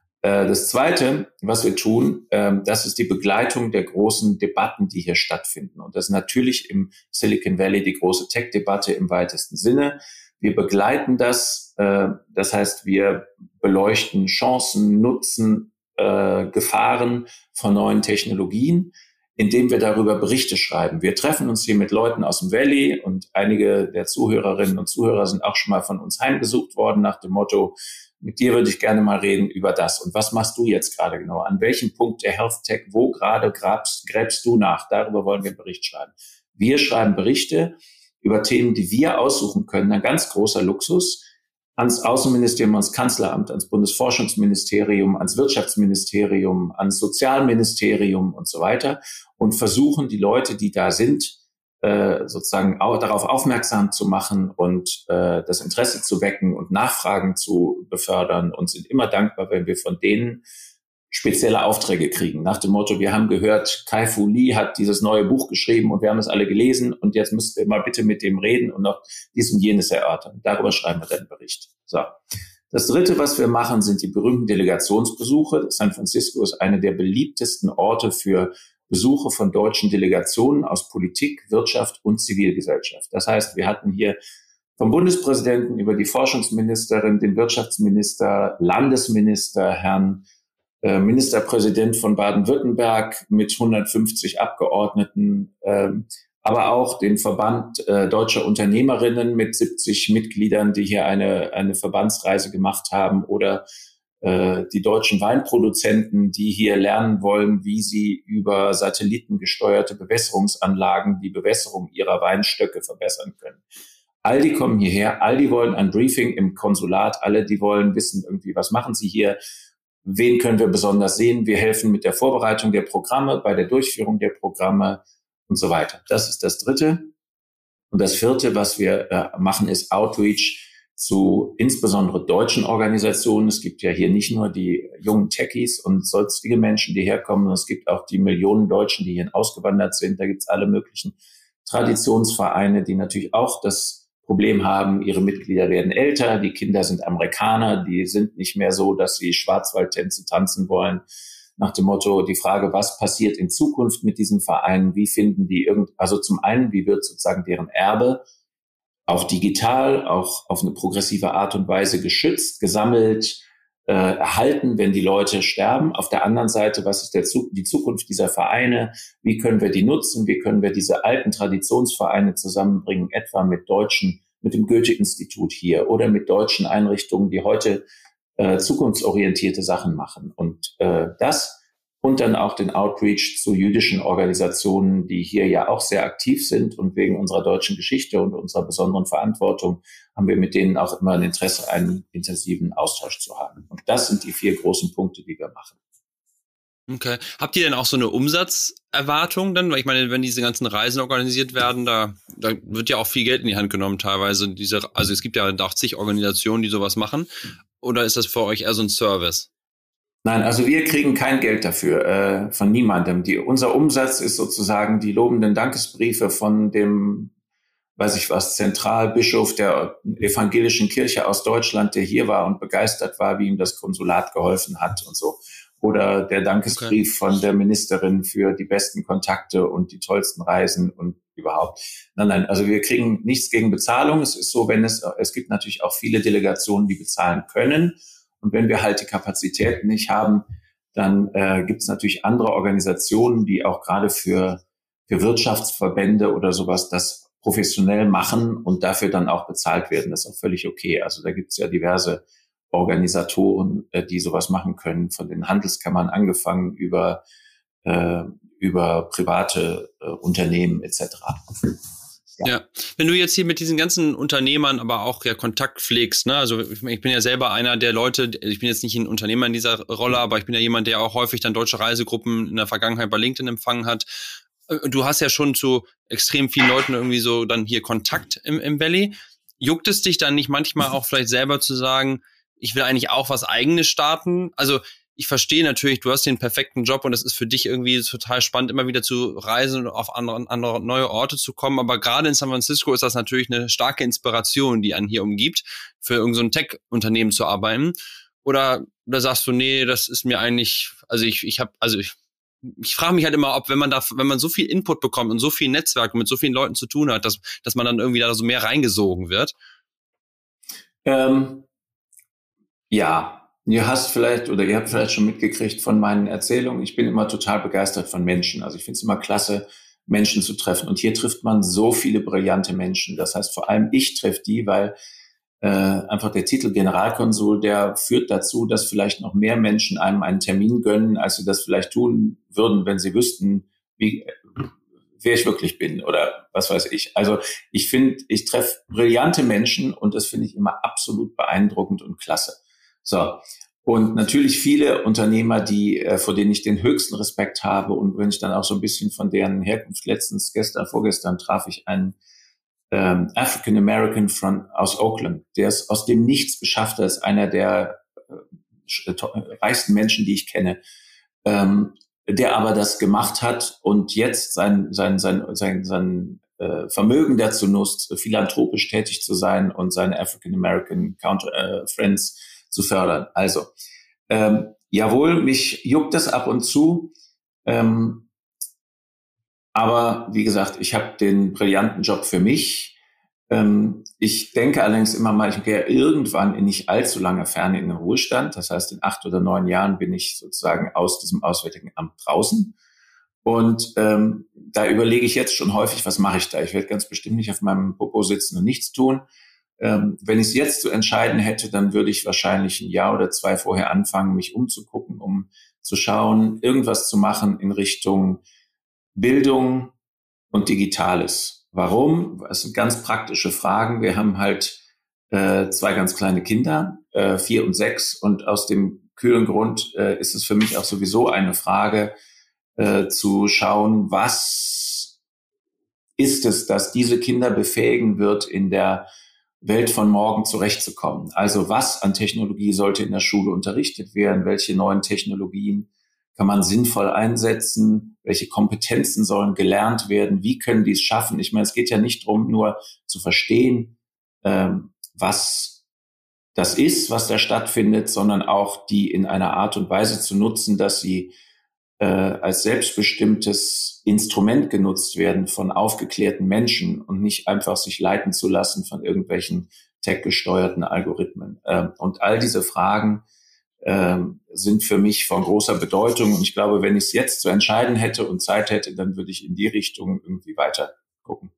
Das Zweite, was wir tun, das ist die Begleitung der großen Debatten, die hier stattfinden. Und das ist natürlich im Silicon Valley die große Tech-Debatte im weitesten Sinne. Wir begleiten das, das heißt, wir beleuchten Chancen, Nutzen, Gefahren von neuen Technologien, indem wir darüber Berichte schreiben. Wir treffen uns hier mit Leuten aus dem Valley und einige der Zuhörerinnen und Zuhörer sind auch schon mal von uns heimgesucht worden nach dem Motto, mit dir würde ich gerne mal reden über das. Und was machst du jetzt gerade genau? An welchem Punkt der Health Tech, wo gerade grabst, gräbst du nach? Darüber wollen wir einen Bericht schreiben. Wir schreiben Berichte über Themen, die wir aussuchen können. Ein ganz großer Luxus. Ans Außenministerium, ans Kanzleramt, ans Bundesforschungsministerium, ans Wirtschaftsministerium, ans Sozialministerium und so weiter. Und versuchen, die Leute, die da sind, äh, sozusagen auch darauf aufmerksam zu machen und äh, das Interesse zu wecken und Nachfragen zu befördern und sind immer dankbar, wenn wir von denen spezielle Aufträge kriegen. Nach dem Motto, wir haben gehört, Kai-Fu Lee hat dieses neue Buch geschrieben und wir haben es alle gelesen und jetzt müsst ihr mal bitte mit dem reden und noch dies und jenes erörtern. Darüber schreiben wir dann einen Bericht. So. Das Dritte, was wir machen, sind die berühmten Delegationsbesuche. San Francisco ist eine der beliebtesten Orte für Besuche von deutschen Delegationen aus Politik, Wirtschaft und Zivilgesellschaft. Das heißt, wir hatten hier vom Bundespräsidenten über die Forschungsministerin, den Wirtschaftsminister, Landesminister, Herrn äh, Ministerpräsident von Baden-Württemberg mit hundertfünfzig Abgeordneten, äh, aber auch den Verband äh, deutscher Unternehmerinnen mit siebzig Mitgliedern, die hier eine, eine Verbandsreise gemacht haben, oder äh, die deutschen Weinproduzenten, die hier lernen wollen, wie sie über satellitengesteuerte Bewässerungsanlagen die Bewässerung ihrer Weinstöcke verbessern können. All die kommen hierher, all die wollen ein Briefing im Konsulat, alle die wollen wissen irgendwie, was machen sie hier, wen können wir besonders sehen, wir helfen mit der Vorbereitung der Programme, bei der Durchführung der Programme und so weiter. Das ist das Dritte. Und das Vierte, was wir äh, machen, ist Outreach zu insbesondere deutschen Organisationen. Es gibt ja hier nicht nur die jungen Techies und sonstige Menschen, die herkommen, sondern es gibt auch die Millionen Deutschen, die hierhin ausgewandert sind. Da gibt es alle möglichen Traditionsvereine, die natürlich auch das Problem haben, ihre Mitglieder werden älter, die Kinder sind Amerikaner, die sind nicht mehr so, dass sie Schwarzwaldtänze tanzen wollen. Nach dem Motto, die Frage, was passiert in Zukunft mit diesen Vereinen, wie finden die irgend, also zum einen, wie wird sozusagen deren Erbe auch digital, auch auf eine progressive Art und Weise geschützt, gesammelt, äh, erhalten, wenn die Leute sterben. Auf der anderen Seite, was ist der, die Zukunft dieser Vereine? Wie können wir die nutzen? Wie können wir diese alten Traditionsvereine zusammenbringen, etwa mit deutschen, mit dem Goethe-Institut hier oder mit deutschen Einrichtungen, die heute äh, zukunftsorientierte Sachen machen? Und äh, das und dann auch den Outreach zu jüdischen Organisationen, die hier ja auch sehr aktiv sind. Und wegen unserer deutschen Geschichte und unserer besonderen Verantwortung haben wir mit denen auch immer ein Interesse, einen intensiven Austausch zu haben. Und das sind die vier großen Punkte, die wir machen. Okay. Habt ihr denn auch so eine Umsatzerwartung dann? Weil ich meine, wenn diese ganzen Reisen organisiert werden, da, da wird ja auch viel Geld in die Hand genommen teilweise. Diese, also es gibt ja auch zig Organisationen, die sowas machen. Oder ist das für euch eher so ein Service? Nein, also wir kriegen kein Geld dafür, äh, von niemandem. Die, unser Umsatz ist sozusagen die lobenden Dankesbriefe von dem, weiß ich was, Zentralbischof der evangelischen Kirche aus Deutschland, der hier war und begeistert war, wie ihm das Konsulat geholfen hat und so. Oder der Dankesbrief okay. von der Ministerin für die besten Kontakte und die tollsten Reisen und überhaupt. Nein, nein, also wir kriegen nichts gegen Bezahlung. Es ist so, wenn es, es gibt natürlich auch viele Delegationen, die bezahlen können. Und wenn wir halt die Kapazitäten nicht haben, dann äh, gibt es natürlich andere Organisationen, die auch gerade für, für Wirtschaftsverbände oder sowas das professionell machen und dafür dann auch bezahlt werden. Das ist auch völlig okay. Also da gibt es ja diverse Organisatoren, äh, die sowas machen können, von den Handelskammern angefangen über, äh, über private äh, Unternehmen et cetera. Ja. ja, wenn du jetzt hier mit diesen ganzen Unternehmern aber auch ja Kontakt pflegst, ne? Also ich, ich bin ja selber einer der Leute, ich bin jetzt nicht ein Unternehmer in dieser Rolle, aber ich bin ja jemand, der auch häufig dann deutsche Reisegruppen in der Vergangenheit bei LinkedIn empfangen hat. Du hast ja schon zu extrem vielen Leuten irgendwie so dann hier Kontakt im, im Valley. Juckt es dich dann nicht manchmal auch vielleicht selber zu sagen, ich will eigentlich auch was Eigenes starten? Also ich verstehe natürlich, du hast den perfekten Job und es ist für dich irgendwie total spannend, immer wieder zu reisen und auf andere, andere neue Orte zu kommen. Aber gerade in San Francisco ist das natürlich eine starke Inspiration, die einen hier umgibt, für irgendein so ein Tech-Unternehmen zu arbeiten. Oder, oder sagst du, nee, das ist mir eigentlich, also ich, ich habe, also ich, ich frage mich halt immer, ob wenn man da, wenn man so viel Input bekommt und so viel Netzwerk mit so vielen Leuten zu tun hat, dass, dass man dann irgendwie da so mehr reingesogen wird. Ähm, ja. Ihr hast vielleicht oder ihr habt vielleicht schon mitgekriegt von meinen Erzählungen. Ich bin immer total begeistert von Menschen. Also ich finde es immer klasse, Menschen zu treffen. Und hier trifft man so viele brillante Menschen. Das heißt, vor allem ich treffe die, weil äh, einfach der Titel Generalkonsul, der führt dazu, dass vielleicht noch mehr Menschen einem einen Termin gönnen, als sie das vielleicht tun würden, wenn sie wüssten, wie, wer ich wirklich bin oder was weiß ich. Also ich finde, ich treffe brillante Menschen und das finde ich immer absolut beeindruckend und klasse. So. Und natürlich viele Unternehmer, die, äh, vor denen ich den höchsten Respekt habe. Und wenn ich dann auch so ein bisschen von deren Herkunft, letztens, gestern, vorgestern traf ich einen ähm, African American von, aus Oakland, der es aus dem Nichts geschafft hat, ist einer der äh, reichsten Menschen, die ich kenne, ähm, der aber das gemacht hat und jetzt sein, sein, sein, sein, sein äh, Vermögen dazu nutzt, philanthropisch tätig zu sein und seine African American Counter, äh, Friends zu fördern. Also, ähm, jawohl, mich juckt das ab und zu, ähm, aber wie gesagt, ich habe den brillanten Job für mich. Ähm, ich denke allerdings immer mal, ich gehe irgendwann in nicht allzu langer Ferne in den Ruhestand. Das heißt, in acht oder neun Jahren bin ich sozusagen aus diesem Auswärtigen Amt draußen. Und ähm, da überlege ich jetzt schon häufig, was mache ich da? Ich werde ganz bestimmt nicht auf meinem Popo sitzen und nichts tun. Ähm, wenn ich es jetzt zu entscheiden hätte, dann würde ich wahrscheinlich ein Jahr oder zwei vorher anfangen, mich umzugucken, um zu schauen, irgendwas zu machen in Richtung Bildung und Digitales. Warum? Das sind ganz praktische Fragen. Wir haben halt äh, zwei ganz kleine Kinder, äh, vier und sechs. Und aus dem kühlen Grund äh, ist es für mich auch sowieso eine Frage, äh, zu schauen, was ist es, dass diese Kinder befähigen wird, in der Welt von morgen zurechtzukommen. Also was an Technologie sollte in der Schule unterrichtet werden? Welche neuen Technologien kann man sinnvoll einsetzen? Welche Kompetenzen sollen gelernt werden? Wie können die es schaffen? Ich meine, es geht ja nicht darum, nur zu verstehen, ähm, was das ist, was da stattfindet, sondern auch die in einer Art und Weise zu nutzen, dass sie äh, als selbstbestimmtes Instrument genutzt werden von aufgeklärten Menschen und nicht einfach sich leiten zu lassen von irgendwelchen tech-gesteuerten Algorithmen. Ähm, und all diese Fragen ähm, sind für mich von großer Bedeutung. Und ich glaube, wenn ich es jetzt zu entscheiden hätte und Zeit hätte, dann würde ich in die Richtung irgendwie weiter gucken.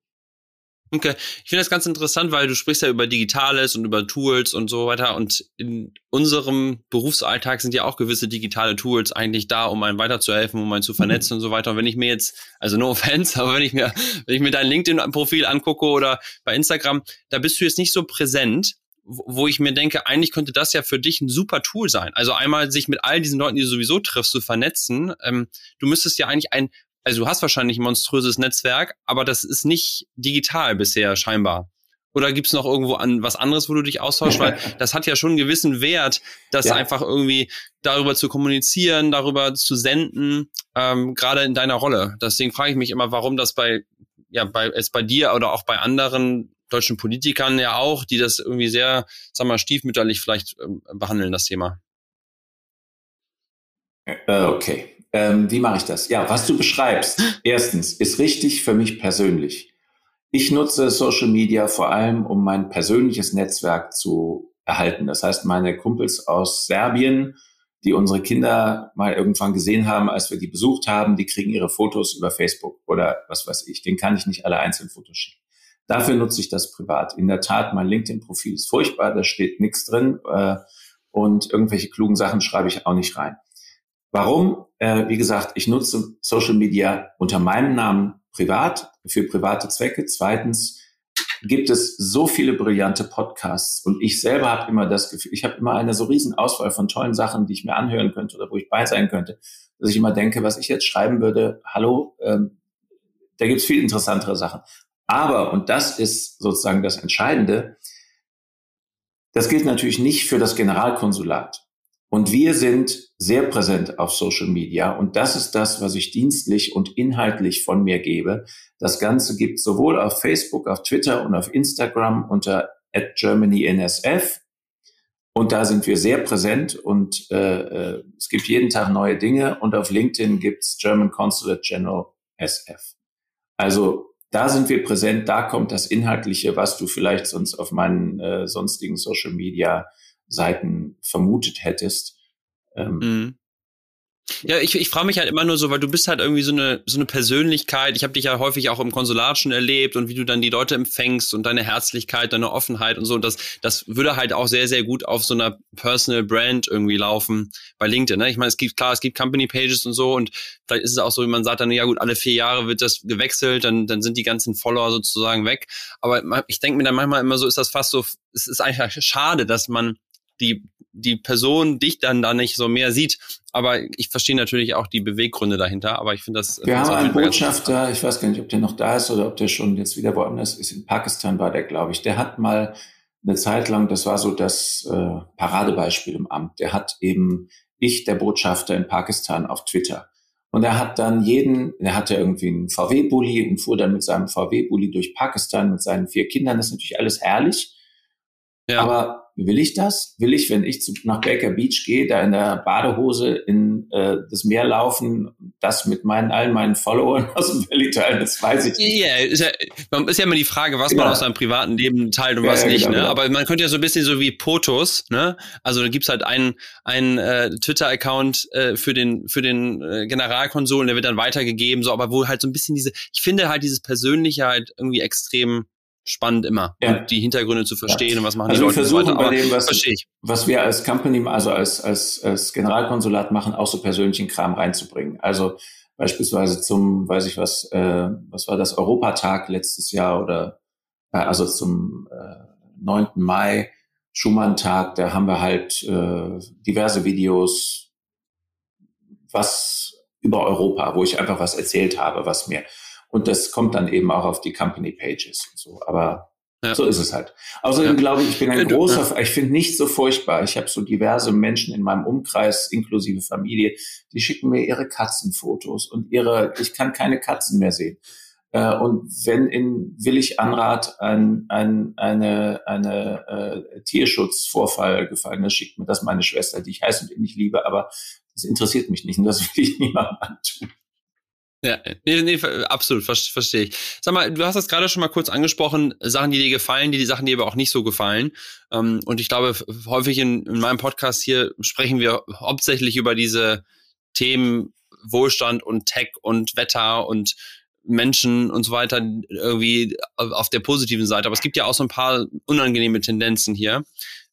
Okay, ich finde das ganz interessant, weil du sprichst ja über Digitales und über Tools und so weiter und in unserem Berufsalltag sind ja auch gewisse digitale Tools eigentlich da, um einen weiterzuhelfen, um einen zu vernetzen mhm. und so weiter. Und wenn ich mir jetzt, also no offense, aber wenn ich mir, wenn ich mir dein LinkedIn-Profil angucke oder bei Instagram, da bist du jetzt nicht so präsent, wo ich mir denke, eigentlich könnte das ja für dich ein super Tool sein. Also einmal sich mit all diesen Leuten, die du sowieso triffst, zu vernetzen. Ähm, du müsstest ja eigentlich ein Also du hast wahrscheinlich ein monströses Netzwerk, aber das ist nicht digital bisher scheinbar. Oder gibt's noch irgendwo an was anderes, wo du dich austauschst? Weil das hat ja schon einen gewissen Wert, das ja. einfach irgendwie darüber zu kommunizieren, darüber zu senden, ähm, gerade in deiner Rolle. Deswegen frage ich mich immer, warum das bei ja bei es bei dir oder auch bei anderen deutschen Politikern ja auch, die das irgendwie sehr, sag mal, stiefmütterlich vielleicht ähm, behandeln, das Thema. Okay. Ähm, wie mache ich das? Ja, was du beschreibst, erstens, ist richtig für mich persönlich. Ich nutze Social Media vor allem, um mein persönliches Netzwerk zu erhalten. Das heißt, meine Kumpels aus Serbien, die unsere Kinder mal irgendwann gesehen haben, als wir die besucht haben, die kriegen ihre Fotos über Facebook oder was weiß ich. Den kann ich nicht alle einzeln Fotos schicken. Dafür nutze ich das privat. In der Tat, mein LinkedIn-Profil ist furchtbar, da steht nichts drin äh, und irgendwelche klugen Sachen schreibe ich auch nicht rein. Warum? Äh, wie gesagt, ich nutze Social Media unter meinem Namen privat, für private Zwecke. Zweitens gibt es so viele brillante Podcasts und ich selber habe immer das Gefühl, ich habe immer eine so riesen Auswahl von tollen Sachen, die ich mir anhören könnte oder wo ich bei sein könnte, dass ich immer denke, was ich jetzt schreiben würde, hallo, ähm, da gibt es viel interessantere Sachen. Aber, und das ist sozusagen das Entscheidende, das gilt natürlich nicht für das Generalkonsulat. Und wir sind sehr präsent auf Social Media. Und das ist das, was ich dienstlich und inhaltlich von mir gebe. Das Ganze gibt es sowohl auf Facebook, auf Twitter und auf Instagram unter at germany n s f. Und da sind wir sehr präsent und äh, es gibt jeden Tag neue Dinge. Und auf LinkedIn gibt's German Consulate General S F. Also da sind wir präsent, da kommt das Inhaltliche, was du vielleicht sonst auf meinen äh, sonstigen Social-Media-Seiten vermutet hättest. Ähm, mhm. Ja, ich, ich frage mich halt immer nur so, weil du bist halt irgendwie so eine so eine Persönlichkeit. Ich habe dich ja häufig auch im Konsulat schon erlebt und wie du dann die Leute empfängst und deine Herzlichkeit, deine Offenheit und so. Und das das würde halt auch sehr, sehr gut auf so einer Personal Brand irgendwie laufen bei LinkedIn. Ne? Ich meine, es gibt klar, es gibt Company Pages und so und vielleicht ist es auch so, wie man sagt dann, ja gut, alle vier Jahre wird das gewechselt, dann dann sind die ganzen Follower sozusagen weg. Aber ich denke mir dann manchmal immer so, ist das fast so, es ist eigentlich schade, dass man die die Person dich dann da nicht so mehr sieht. Aber ich verstehe natürlich auch die Beweggründe dahinter. Aber ich finde das... Wir haben einen Botschafter, ich weiß gar nicht, ob der noch da ist oder ob der schon jetzt wieder woanders ist. In Pakistan war der, glaube ich. Der hat mal eine Zeit lang, das war so das äh, Paradebeispiel im Amt, der hat eben, ich, der Botschafter in Pakistan auf Twitter. Und er hat dann jeden, er hatte irgendwie einen V W-Bulli und fuhr dann mit seinem V W-Bulli durch Pakistan mit seinen vier Kindern. Das ist natürlich alles herrlich. Ja. Aber will ich das? Will ich, wenn ich zu, nach Baker Beach gehe, da in der Badehose in äh, das Meer laufen, das mit meinen allen meinen Followern aus dem Valley teilen? Das weiß ich nicht. Yeah, ist ja, man ist ja immer die Frage, was genau. man aus seinem privaten Leben teilt und ja, was ja, nicht. Genau, ne? Genau. Aber man könnte ja so ein bisschen so wie POTUS, ne? Also da gibt's halt einen einen äh, Twitter-Account äh, für den für den äh, Generalkonsul und der wird dann weitergegeben, so, aber wo halt so ein bisschen diese, ich finde halt dieses Persönliche halt irgendwie extrem spannend immer, ja. und die Hintergründe zu verstehen ja. und was machen also die Leute und so weiter. Aber bei dem, was, verstehe ich. Was wir als Company, also als, als, als Generalkonsulat machen, auch so persönlichen Kram reinzubringen. Also beispielsweise zum, weiß ich was, äh, was war das, Europatag letztes Jahr oder äh, also zum äh, neunten Mai, Schumann-Tag, da haben wir halt äh, diverse Videos, was über Europa, wo ich einfach was erzählt habe, was mir und das kommt dann eben auch auf die Company Pages und so. Aber ja. so ist es halt. Außerdem ja. glaube ich, ich bin ein ja, großer, ja. ich finde nicht so furchtbar. Ich habe so diverse Menschen in meinem Umkreis, inklusive Familie, die schicken mir ihre Katzenfotos und ihre, ich kann keine Katzen mehr sehen. Und wenn in Willig-Anrath ein, ein, eine, eine äh, Tierschutzvorfall gefallen ist, schickt mir das meine Schwester, die ich heiß und innig liebe, aber das interessiert mich nicht und das will ich niemandem antun. Ja, nee, nee, absolut, verstehe ich. Sag mal, du hast das gerade schon mal kurz angesprochen, Sachen, die dir gefallen, die, die Sachen, die aber auch nicht so gefallen. Und ich glaube, häufig in, in meinem Podcast hier sprechen wir hauptsächlich über diese Themen Wohlstand und Tech und Wetter und Menschen und so weiter irgendwie auf der positiven Seite. Aber es gibt ja auch so ein paar unangenehme Tendenzen hier.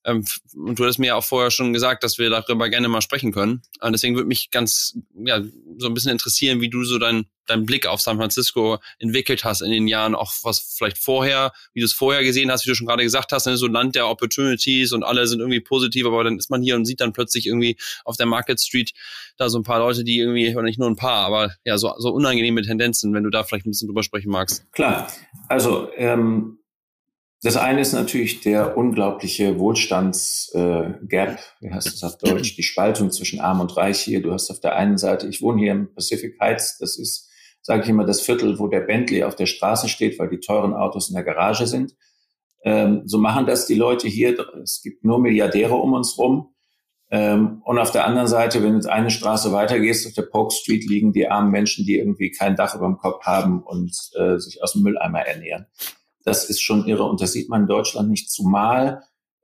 Und du hast mir ja auch vorher schon gesagt, dass wir darüber gerne mal sprechen können. Und deswegen würde mich ganz, ja, so ein bisschen interessieren, wie du so deinen deinen Blick auf San Francisco entwickelt hast in den Jahren, auch was vielleicht vorher, wie du es vorher gesehen hast, wie du schon gerade gesagt hast, ne, so Land der Opportunities und alle sind irgendwie positiv, aber dann ist man hier und sieht dann plötzlich irgendwie auf der Market Street da so ein paar Leute, die irgendwie, oder nicht nur ein paar, aber ja, so, so unangenehme Tendenzen, wenn du da vielleicht ein bisschen drüber sprechen magst. Klar, also ähm das eine ist natürlich der unglaubliche Wohlstandsgap, äh, wie heißt das auf Deutsch, die Spaltung zwischen Arm und Reich hier. Du hast auf der einen Seite, ich wohne hier im Pacific Heights, das ist, sage ich immer, das Viertel, wo der Bentley auf der Straße steht, weil die teuren Autos in der Garage sind. Ähm, so machen das die Leute hier. Es gibt nur Milliardäre um uns rum. Ähm, und auf der anderen Seite, wenn du jetzt eine Straße weitergehst, auf der Polk Street liegen die armen Menschen, die irgendwie kein Dach über dem Kopf haben und äh, sich aus dem Mülleimer ernähren. Das ist schon irre und das sieht man in Deutschland nicht, zumal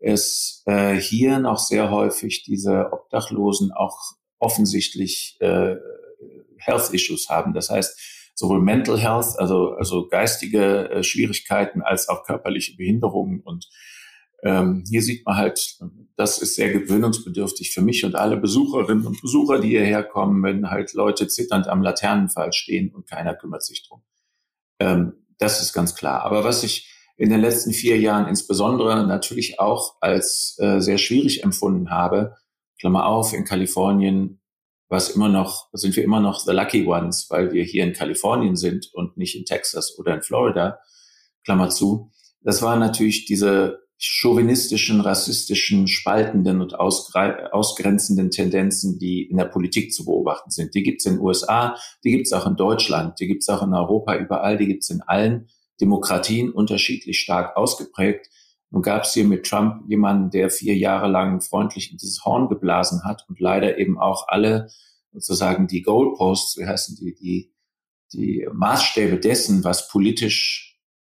es äh, hier noch sehr häufig diese Obdachlosen auch offensichtlich äh, Health Issues haben. Das heißt, sowohl Mental Health, also also geistige äh, Schwierigkeiten, als auch körperliche Behinderungen. Und ähm, hier sieht man halt, das ist sehr gewöhnungsbedürftig für mich und alle Besucherinnen und Besucher, die hierher kommen, wenn halt Leute zitternd am Laternenpfahl stehen und keiner kümmert sich drum. Ähm, Das ist ganz klar. Aber was ich in den letzten vier Jahren insbesondere natürlich auch als äh, sehr schwierig empfunden habe, Klammer auf, in Kalifornien was immer noch, sind wir immer noch the lucky ones, weil wir hier in Kalifornien sind und nicht in Texas oder in Florida, Klammer zu. Das war natürlich diese chauvinistischen, rassistischen, spaltenden und ausgre- ausgrenzenden Tendenzen, die in der Politik zu beobachten sind. Die gibt es in den U S A, die gibt es auch in Deutschland, die gibt es auch in Europa, überall, die gibt es in allen Demokratien unterschiedlich stark ausgeprägt. Nun gab es hier mit Trump jemanden, der vier Jahre lang freundlich in dieses Horn geblasen hat und leider eben auch alle sozusagen die Goalposts, wie heißen die, die, die Maßstäbe dessen, was politisch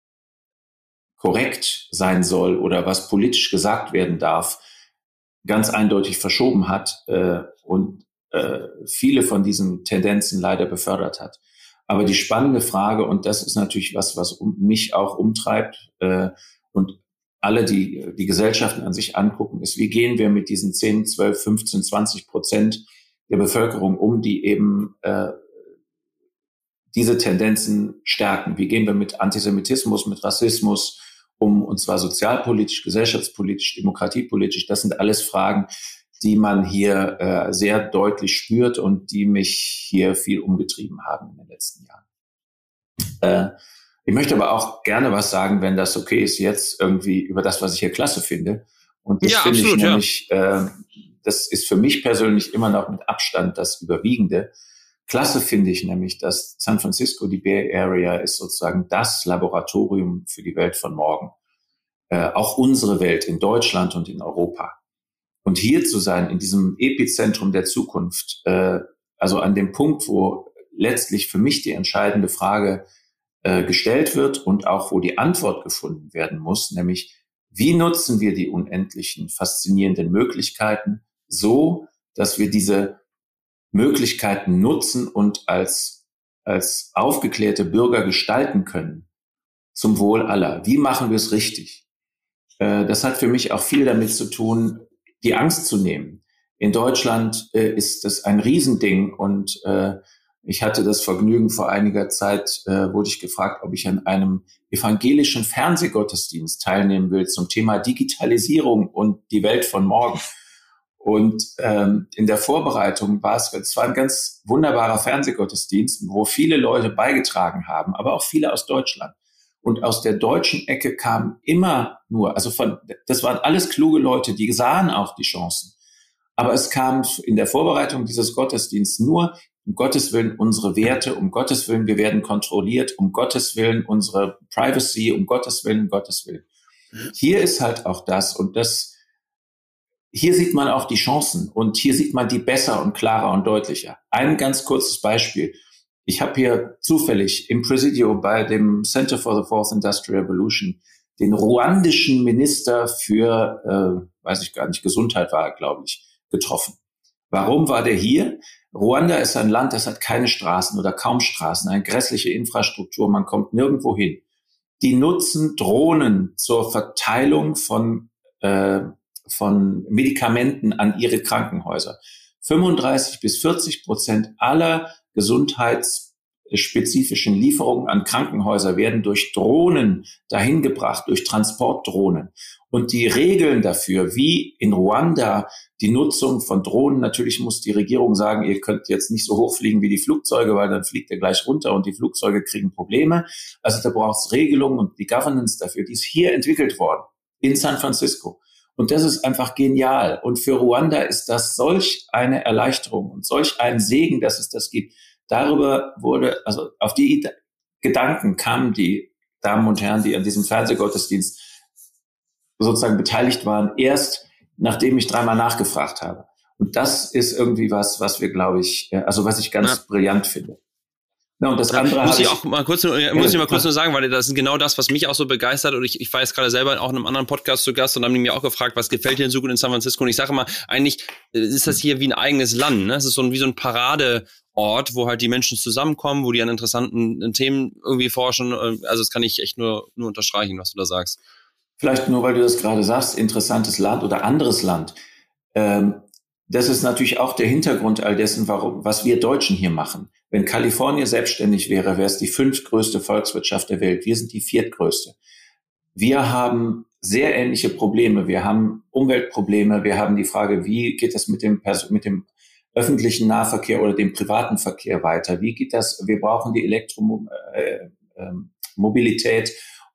korrekt sein soll oder was politisch gesagt werden darf, ganz eindeutig verschoben hat äh, und äh, viele von diesen Tendenzen leider befördert hat. Aber die spannende Frage, und das ist natürlich was, was um, mich auch umtreibt äh, und alle, die die Gesellschaften an sich angucken, ist, wie gehen wir mit diesen zehn, zwölf, fünfzehn, zwanzig Prozent der Bevölkerung um, die eben äh, diese Tendenzen stärken? Wie gehen wir mit Antisemitismus, mit Rassismus um, und zwar sozialpolitisch, gesellschaftspolitisch, demokratiepolitisch? Das sind alles Fragen, die man hier äh, sehr deutlich spürt und die mich hier viel umgetrieben haben in den letzten Jahren. Äh, ich möchte aber auch gerne was sagen, wenn das okay ist, jetzt irgendwie über das, was ich hier klasse finde. Und das ja, finde absolut, ich nämlich, ja. äh, das ist für mich persönlich immer noch mit Abstand das Überwiegende. Klasse finde ich nämlich, dass San Francisco, die Bay Area, ist sozusagen das Laboratorium für die Welt von morgen. Äh, auch unsere Welt in Deutschland und in Europa. Und hier zu sein, in diesem Epizentrum der Zukunft, äh, also an dem Punkt, wo letztlich für mich die entscheidende Frage äh, gestellt wird und auch wo die Antwort gefunden werden muss, nämlich wie nutzen wir die unendlichen, faszinierenden Möglichkeiten so, dass wir diese Möglichkeiten nutzen und als, als aufgeklärte Bürger gestalten können, zum Wohl aller. Wie machen wir es richtig? Äh, das hat für mich auch viel damit zu tun, die Angst zu nehmen. In Deutschland äh, ist das ein Riesending und äh, ich hatte das Vergnügen, vor einiger Zeit äh, wurde ich gefragt, ob ich an einem evangelischen Fernsehgottesdienst teilnehmen will zum Thema Digitalisierung und die Welt von morgen. Und ähm, in der Vorbereitung war es, es war ein ganz wunderbarer Fernsehgottesdienst, wo viele Leute beigetragen haben, aber auch viele aus Deutschland. Und aus der deutschen Ecke kam immer nur, also von, das waren alles kluge Leute, die sahen auch die Chancen. Aber es kam in der Vorbereitung dieses Gottesdienstes nur, um Gottes Willen unsere Werte, um Gottes Willen wir werden kontrolliert, um Gottes Willen unsere Privacy, um Gottes Willen, um Gottes Willen. Hier ist halt auch das und das, hier sieht man auch die Chancen und hier sieht man die besser und klarer und deutlicher. Ein ganz kurzes Beispiel. Ich habe hier zufällig im Presidio bei dem Center for the Fourth Industrial Revolution den ruandischen Minister für, äh, weiß ich gar nicht, Gesundheit war er, glaube ich, getroffen. Warum war der hier? Ruanda ist ein Land, das hat keine Straßen oder kaum Straßen, eine grässliche Infrastruktur, man kommt nirgendwo hin. Die nutzen Drohnen zur Verteilung von, äh, von Medikamenten an ihre Krankenhäuser. fünfunddreißig bis vierzig Prozent aller gesundheitsspezifischen Lieferungen an Krankenhäuser werden durch Drohnen dahin gebracht, durch Transportdrohnen. Und die Regeln dafür, wie in Ruanda die Nutzung von Drohnen, natürlich muss die Regierung sagen, ihr könnt jetzt nicht so hoch fliegen wie die Flugzeuge, weil dann fliegt ihr gleich runter und die Flugzeuge kriegen Probleme. Also da braucht es Regelungen und die Governance dafür, die ist hier entwickelt worden, in San Francisco. Und das ist einfach genial. Und für Ruanda ist das solch eine Erleichterung und solch ein Segen, dass es das gibt. Darüber wurde, also auf die Gedanken kamen die Damen und Herren, die an diesem Fernsehgottesdienst sozusagen beteiligt waren, erst nachdem ich dreimal nachgefragt habe. Und das ist irgendwie was, was wir, glaube ich, also was ich ganz ja. brillant finde. Ja, und das andere muss ich ich auch mal kurz, muss ja, ich mal kurz nur sagen, weil das ist genau das, was mich auch so begeistert. Und ich, ich war jetzt gerade selber auch in einem anderen Podcast zu Gast und haben die mir auch gefragt, was gefällt dir denn so gut in San Francisco? Und ich sage mal, eigentlich ist das hier wie ein eigenes Land. Ne? Es ist so ein, wie so ein Paradeort, wo halt die Menschen zusammenkommen, wo die an interessanten Themen irgendwie forschen. Also das kann ich echt nur, nur unterstreichen, was du da sagst. Vielleicht nur, weil du das gerade sagst, interessantes Land oder anderes Land. Ähm, das ist natürlich auch der Hintergrund all dessen, warum, was wir Deutschen hier machen. Wenn Kalifornien selbstständig wäre, wäre es die fünftgrößte Volkswirtschaft der Welt. Wir sind die viertgrößte. Wir haben sehr ähnliche Probleme. Wir haben Umweltprobleme. Wir haben die Frage, wie geht das mit dem, mit dem öffentlichen Nahverkehr oder dem privaten Verkehr weiter? Wie geht das? Wir brauchen die Elektromobilität.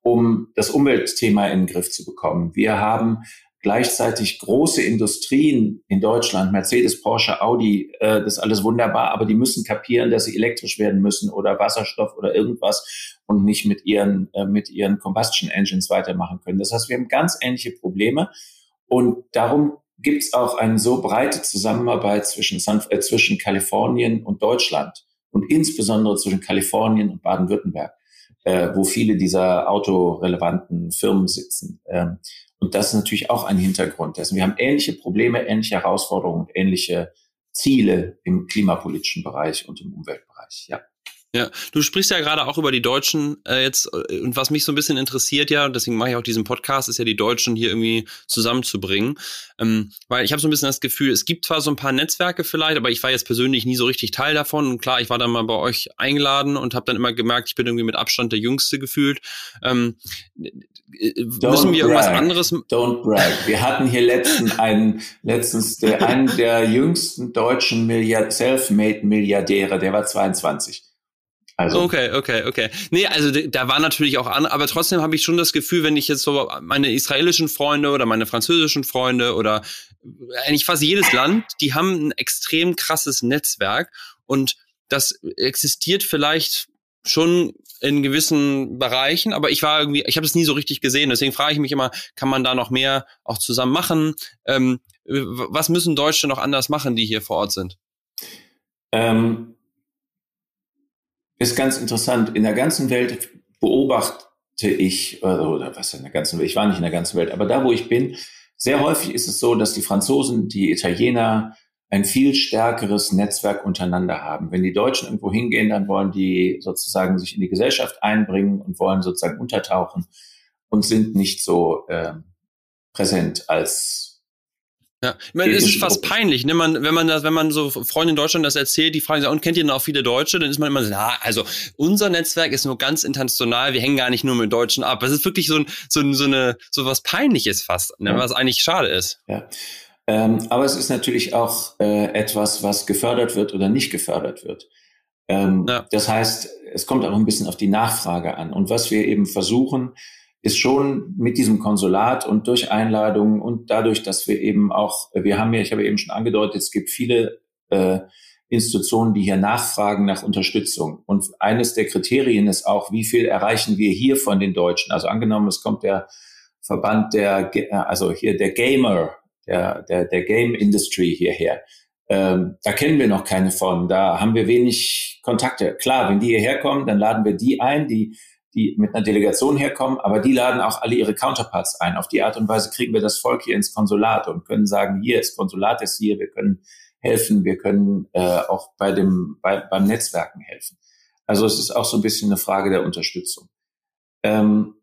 um das Umweltthema in den Griff zu bekommen. Wir haben gleichzeitig große Industrien in Deutschland, Mercedes, Porsche, Audi, äh, das ist alles wunderbar, aber die müssen kapieren, dass sie elektrisch werden müssen oder Wasserstoff oder irgendwas und nicht mit ihren, äh, mit ihren Combustion Engines weitermachen können. Das heißt, wir haben ganz ähnliche Probleme und darum gibt es auch eine so breite Zusammenarbeit zwischen, äh, zwischen Kalifornien und Deutschland und insbesondere zwischen Kalifornien und Baden-Württemberg, äh, wo viele dieser autorelevanten Firmen sitzen. Ähm, Und das ist natürlich auch ein Hintergrund dessen. Wir haben ähnliche Probleme, ähnliche Herausforderungen, ähnliche Ziele im klimapolitischen Bereich und im Umweltbereich. Ja. Ja, du sprichst ja gerade auch über die Deutschen äh, jetzt und was mich so ein bisschen interessiert, ja, und deswegen mache ich auch diesen Podcast, ist ja die Deutschen hier irgendwie zusammenzubringen, ähm, weil ich habe so ein bisschen das Gefühl, es gibt zwar so ein paar Netzwerke vielleicht, aber ich war jetzt persönlich nie so richtig Teil davon und klar, ich war dann mal bei euch eingeladen und habe dann immer gemerkt, ich bin irgendwie mit Abstand der Jüngste gefühlt. Ähm, Don't müssen wir irgendwas brag. anderes? Don't brag. Wir hatten hier letztens einen, letztens der, einen der jüngsten deutschen Milliard- Selfmade-Milliardäre, der war zweiundzwanzig. Also. Okay, okay, okay. Nee, also da war natürlich auch an, aber trotzdem habe ich schon das Gefühl, wenn ich jetzt so meine israelischen Freunde oder meine französischen Freunde oder eigentlich fast jedes Land, die haben ein extrem krasses Netzwerk und das existiert vielleicht schon in gewissen Bereichen, aber ich war irgendwie, ich habe es nie so richtig gesehen, deswegen frage ich mich immer, kann man da noch mehr auch zusammen machen? Ähm, was müssen Deutsche noch anders machen, die hier vor Ort sind? Ähm. Ist ganz interessant. In der ganzen Welt beobachte ich, oder was in der ganzen Welt, ich war nicht in der ganzen Welt, aber da, wo ich bin, sehr häufig ist es so, dass die Franzosen, die Italiener ein viel stärkeres Netzwerk untereinander haben. Wenn die Deutschen irgendwo hingehen, dann wollen die sozusagen sich in die Gesellschaft einbringen und wollen sozusagen untertauchen und sind nicht so äh, präsent als Ja, ich meine, es ist fast peinlich, ne? Man, wenn man das, wenn man so Freunde in Deutschland das erzählt, die fragen sich, und kennt ihr denn auch viele Deutsche? Dann ist man immer so, na, also unser Netzwerk ist nur ganz international, wir hängen gar nicht nur mit Deutschen ab. Es ist wirklich so ein, so ein, so eine, so was Peinliches fast, ne? Ja. Was eigentlich schade ist. Ja, ähm, aber es ist natürlich auch äh, etwas, was gefördert wird oder nicht gefördert wird. Ähm, ja. Das heißt, es kommt auch ein bisschen auf die Nachfrage an. Und was wir eben versuchen, ist schon mit diesem Konsulat und durch Einladungen und dadurch, dass wir eben auch, wir haben ja, ich habe eben schon angedeutet, es gibt viele äh, Institutionen, die hier nachfragen nach Unterstützung. Und eines der Kriterien ist auch, wie viel erreichen wir hier von den Deutschen? Also angenommen, es kommt der Verband der, also hier der Gamer, der, der, der Game Industry hierher. Ähm, da kennen wir noch keine von, da haben wir wenig Kontakte. Klar, wenn die hierher kommen, dann laden wir die ein, die die mit einer Delegation herkommen, aber die laden auch alle ihre Counterparts ein. Auf die Art und Weise kriegen wir das Volk hier ins Konsulat und können sagen, hier, das Konsulat ist hier, wir können helfen, wir können äh, auch bei dem bei, beim Netzwerken helfen. Also es ist auch so ein bisschen eine Frage der Unterstützung. Ähm,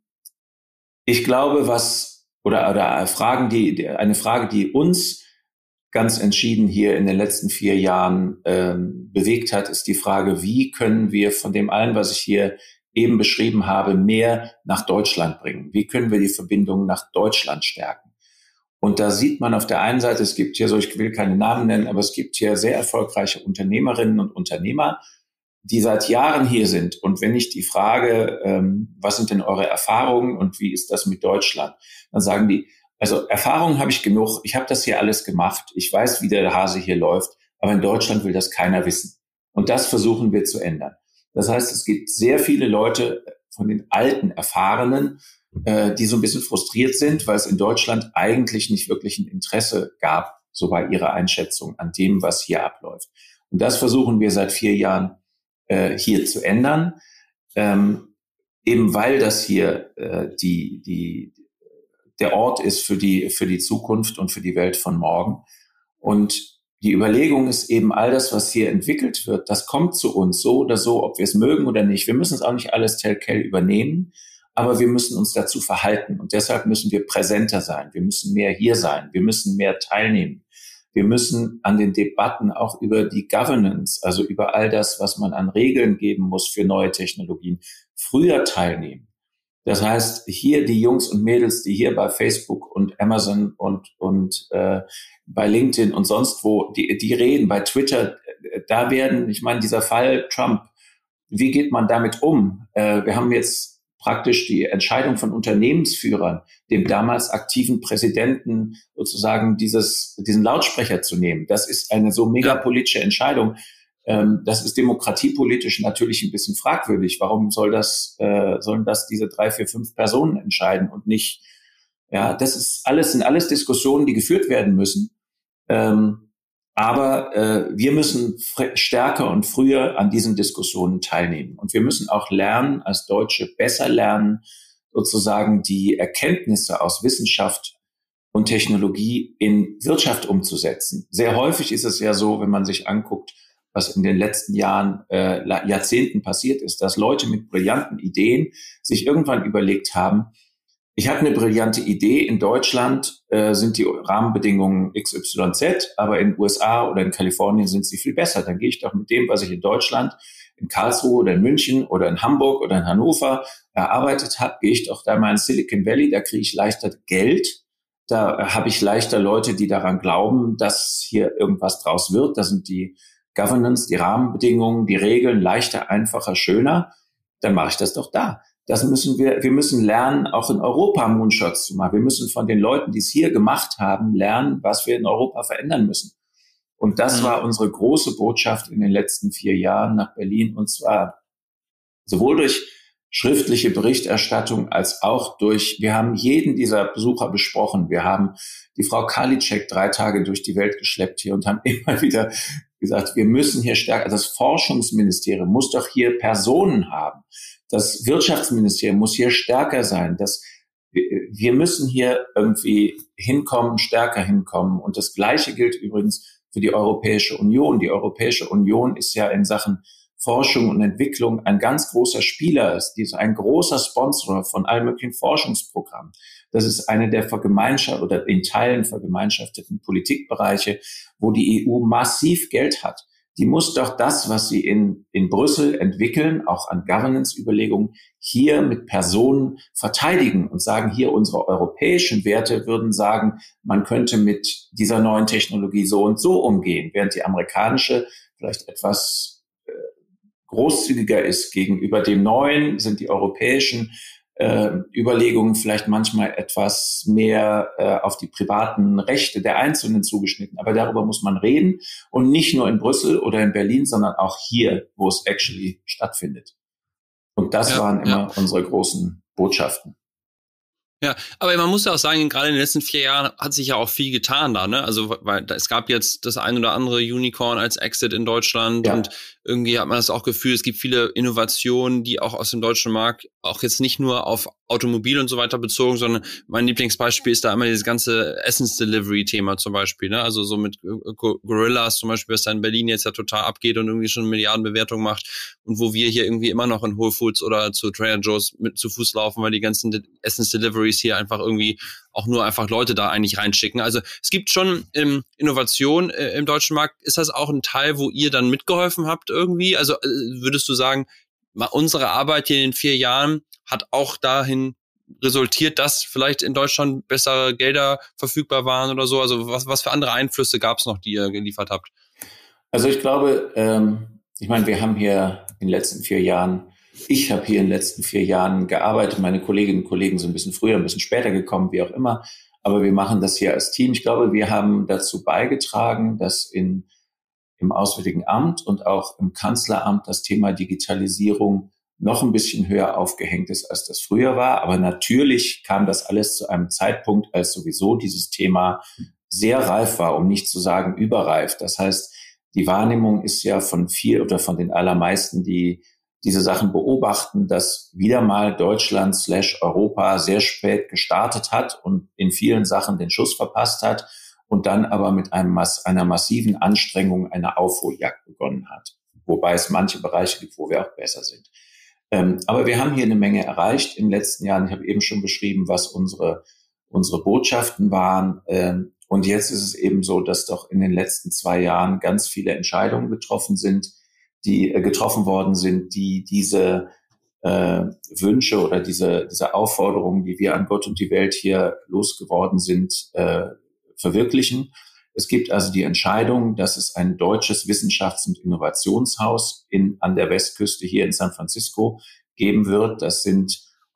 ich glaube, was oder oder Fragen, die eine Frage, die uns ganz entschieden hier in den letzten vier Jahren ähm, bewegt hat, ist die Frage, wie können wir von dem allen, was ich hier eben beschrieben habe, mehr nach Deutschland bringen? Wie können wir die Verbindung nach Deutschland stärken? Und da sieht man auf der einen Seite, es gibt hier so, ich will keine Namen nennen, aber es gibt hier sehr erfolgreiche Unternehmerinnen und Unternehmer, die seit Jahren hier sind. Und wenn ich die frage, ähm, was sind denn eure Erfahrungen und wie ist das mit Deutschland? Dann sagen die, also Erfahrungen habe ich genug, ich habe das hier alles gemacht, ich weiß, wie der Hase hier läuft, aber in Deutschland will das keiner wissen. Und das versuchen wir zu ändern. Das heißt, es gibt sehr viele Leute von den alten Erfahrenen, äh, die so ein bisschen frustriert sind, weil es in Deutschland eigentlich nicht wirklich ein Interesse gab, so bei ihrer Einschätzung an dem, was hier abläuft. Und das versuchen wir seit vier Jahren äh, hier zu ändern, ähm, eben weil das hier äh, die die der Ort ist für die für die Zukunft und für die Welt von morgen. Und die Überlegung ist eben, all das, was hier entwickelt wird, das kommt zu uns so oder so, ob wir es mögen oder nicht. Wir müssen es auch nicht alles telltale übernehmen, aber wir müssen uns dazu verhalten. Und deshalb müssen wir präsenter sein. Wir müssen mehr hier sein. Wir müssen mehr teilnehmen. Wir müssen an den Debatten auch über die Governance, also über all das, was man an Regeln geben muss für neue Technologien, früher teilnehmen. Das heißt, hier die Jungs und Mädels, die hier bei Facebook und Amazon und und äh, bei LinkedIn und sonst wo, die die reden, bei Twitter, da werden, ich meine, dieser Fall Trump, wie geht man damit um? Äh, wir haben jetzt praktisch die Entscheidung von Unternehmensführern, dem damals aktiven Präsidenten sozusagen dieses, diesen Lautsprecher zu nehmen. Das ist eine so megapolitische Entscheidung. Ähm, das ist demokratiepolitisch natürlich ein bisschen fragwürdig. Warum soll das, äh, sollen das diese drei, vier, fünf Personen entscheiden und nicht, ja, das ist alles, sind alles Diskussionen, die geführt werden müssen. Ähm, Aber äh, wir müssen fr- stärker und früher an diesen Diskussionen teilnehmen. Und wir müssen auch lernen, als Deutsche besser lernen, sozusagen die Erkenntnisse aus Wissenschaft und Technologie in Wirtschaft umzusetzen. Sehr häufig ist es ja so, wenn man sich anguckt, was in den letzten Jahren, äh, Jahrzehnten passiert ist, dass Leute mit brillanten Ideen sich irgendwann überlegt haben, ich habe eine brillante Idee. In Deutschland äh, sind die Rahmenbedingungen X Y Z, aber in den U S A oder in Kalifornien sind sie viel besser. Dann gehe ich doch mit dem, was ich in Deutschland, in Karlsruhe oder in München oder in Hamburg oder in Hannover erarbeitet habe, gehe ich doch da mal in Silicon Valley, da kriege ich leichter Geld. Da habe ich leichter Leute, die daran glauben, dass hier irgendwas draus wird. Da sind die Governance, die Rahmenbedingungen, die Regeln leichter, einfacher, schöner. Dann mache ich das doch da. Das müssen wir, wir müssen lernen, auch in Europa Moonshots zu machen. Wir müssen von den Leuten, die es hier gemacht haben, lernen, was wir in Europa verändern müssen. Und das mhm. war unsere große Botschaft in den letzten vier Jahren nach Berlin. Und zwar sowohl durch schriftliche Berichterstattung als auch durch, wir haben jeden dieser Besucher besprochen. Wir haben die Frau Karliczek drei Tage durch die Welt geschleppt hier und haben immer wieder gesagt, wir müssen hier stärker, das Forschungsministerium muss doch hier Personen haben. Das Wirtschaftsministerium muss hier stärker sein. Das, wir müssen hier irgendwie hinkommen, stärker hinkommen. Und das Gleiche gilt übrigens für die Europäische Union. Die Europäische Union ist ja in Sachen Forschung und Entwicklung ein ganz großer Spieler. Die ist ein großer Sponsor von allen möglichen Forschungsprogrammen. Das ist eine der vergemeinschafteten oder in Teilen vergemeinschafteten Politikbereiche, wo die E U massiv Geld hat. Die muss doch das, was sie in, in Brüssel entwickeln, auch an Governance-Überlegungen, hier mit Personen verteidigen und sagen, hier unsere europäischen Werte würden sagen, man könnte mit dieser neuen Technologie so und so umgehen, während die amerikanische vielleicht etwas äh, großzügiger ist gegenüber dem Neuen, sind die europäischen äh, Überlegungen vielleicht manchmal etwas mehr äh, auf die privaten Rechte der Einzelnen zugeschnitten. Aber darüber muss man reden und nicht nur in Brüssel oder in Berlin, sondern auch hier, wo es actually stattfindet. Und das ja, waren immer ja. unsere großen Botschaften. Ja, aber man muss ja auch sagen, gerade in den letzten vier Jahren hat sich ja auch viel getan da, ne? Also, weil es gab jetzt das ein oder andere Unicorn als Exit in Deutschland ja. und irgendwie hat man das auch Gefühl, es gibt viele Innovationen, die auch aus dem deutschen Markt auch jetzt nicht nur auf Automobil und so weiter bezogen, sondern mein Lieblingsbeispiel ist da immer dieses ganze Essens-Delivery-Thema zum Beispiel, ne? Also so mit Gorillas zum Beispiel, was da in Berlin jetzt ja total abgeht und irgendwie schon Milliardenbewertung macht und wo wir hier irgendwie immer noch in Whole Foods oder zu Trader Joe's mit zu Fuß laufen, weil die ganzen Essens-Deliveries hier einfach irgendwie auch nur einfach Leute da eigentlich reinschicken. Also es gibt schon ähm, Innovation äh, im deutschen Markt. Ist das auch ein Teil, wo ihr dann mitgeholfen habt irgendwie? Also äh, würdest du sagen, unsere Arbeit hier in den vier Jahren hat auch dahin resultiert, dass vielleicht in Deutschland bessere Gelder verfügbar waren oder so? Also was, was für andere Einflüsse gab es noch, die ihr geliefert habt? Also ich glaube, ähm, ich meine, wir haben hier in den letzten vier Jahren Ich habe hier in den letzten vier Jahren gearbeitet. Meine Kolleginnen und Kollegen sind ein bisschen früher, ein bisschen später gekommen, wie auch immer. Aber wir machen das hier als Team. Ich glaube, wir haben dazu beigetragen, dass in, im Auswärtigen Amt und auch im Kanzleramt das Thema Digitalisierung noch ein bisschen höher aufgehängt ist, als das früher war. Aber natürlich kam das alles zu einem Zeitpunkt, als sowieso dieses Thema sehr reif war, um nicht zu sagen überreif. Das heißt, die Wahrnehmung ist ja von viel oder von den allermeisten, die diese Sachen beobachten, dass wieder mal Deutschland slash Europa sehr spät gestartet hat und in vielen Sachen den Schuss verpasst hat und dann aber mit einem Mass- einer massiven Anstrengung eine Aufholjagd begonnen hat. Wobei es manche Bereiche gibt, wo wir auch besser sind. Ähm, aber wir haben hier eine Menge erreicht in den letzten Jahren. Ich habe eben schon beschrieben, was unsere, unsere Botschaften waren. Ähm, und jetzt ist es eben so, dass doch in den letzten zwei Jahren ganz viele Entscheidungen getroffen sind, die äh, getroffen worden sind, die diese äh, Wünsche oder diese diese Aufforderungen, die wir an Gott und die Welt hier losgeworden sind, äh, verwirklichen. Es gibt also die Entscheidung, dass es ein deutsches Wissenschafts- und Innovationshaus in an der Westküste hier in San Francisco geben wird. Das sind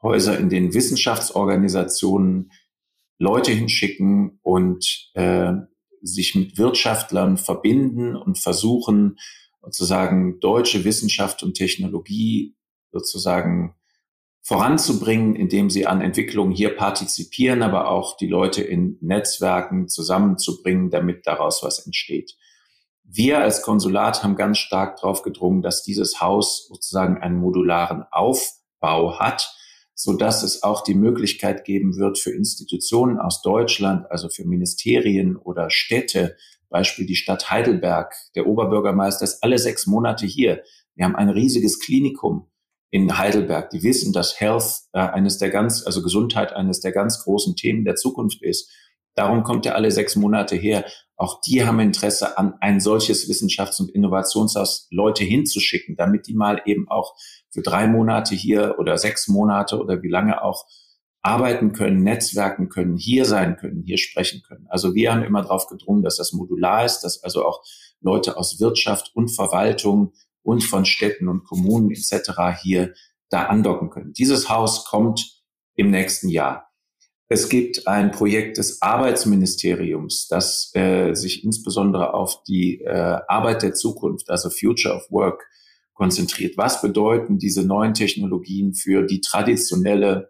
Häuser, in denen Wissenschaftsorganisationen Leute hinschicken und äh, sich mit Wirtschaftlern verbinden und versuchen, sozusagen deutsche Wissenschaft und Technologie sozusagen voranzubringen, indem sie an Entwicklungen hier partizipieren, aber auch die Leute in Netzwerken zusammenzubringen, damit daraus was entsteht. Wir als Konsulat haben ganz stark darauf gedrungen, dass dieses Haus sozusagen einen modularen Aufbau hat, so dass es auch die Möglichkeit geben wird für Institutionen aus Deutschland, also für Ministerien oder Städte, Beispiel die Stadt Heidelberg. Der Oberbürgermeister ist alle sechs Monate hier. Wir haben ein riesiges Klinikum in Heidelberg. Die wissen, dass Health äh, eines der ganz, also Gesundheit eines der ganz großen Themen der Zukunft ist. Darum kommt er alle sechs Monate her. Auch die haben Interesse an ein solches Wissenschafts- und Innovationshaus Leute hinzuschicken, damit die mal eben auch für drei Monate hier oder sechs Monate oder wie lange auch arbeiten können, netzwerken können, hier sein können, hier sprechen können. Also wir haben immer darauf gedrungen, dass das modular ist, dass also auch Leute aus Wirtschaft und Verwaltung und von Städten und Kommunen et cetera hier da andocken können. Dieses Haus kommt im nächsten Jahr. Es gibt ein Projekt des Arbeitsministeriums, das äh, sich insbesondere auf die äh, Arbeit der Zukunft, also Future of Work, konzentriert. Was bedeuten diese neuen Technologien für die traditionelle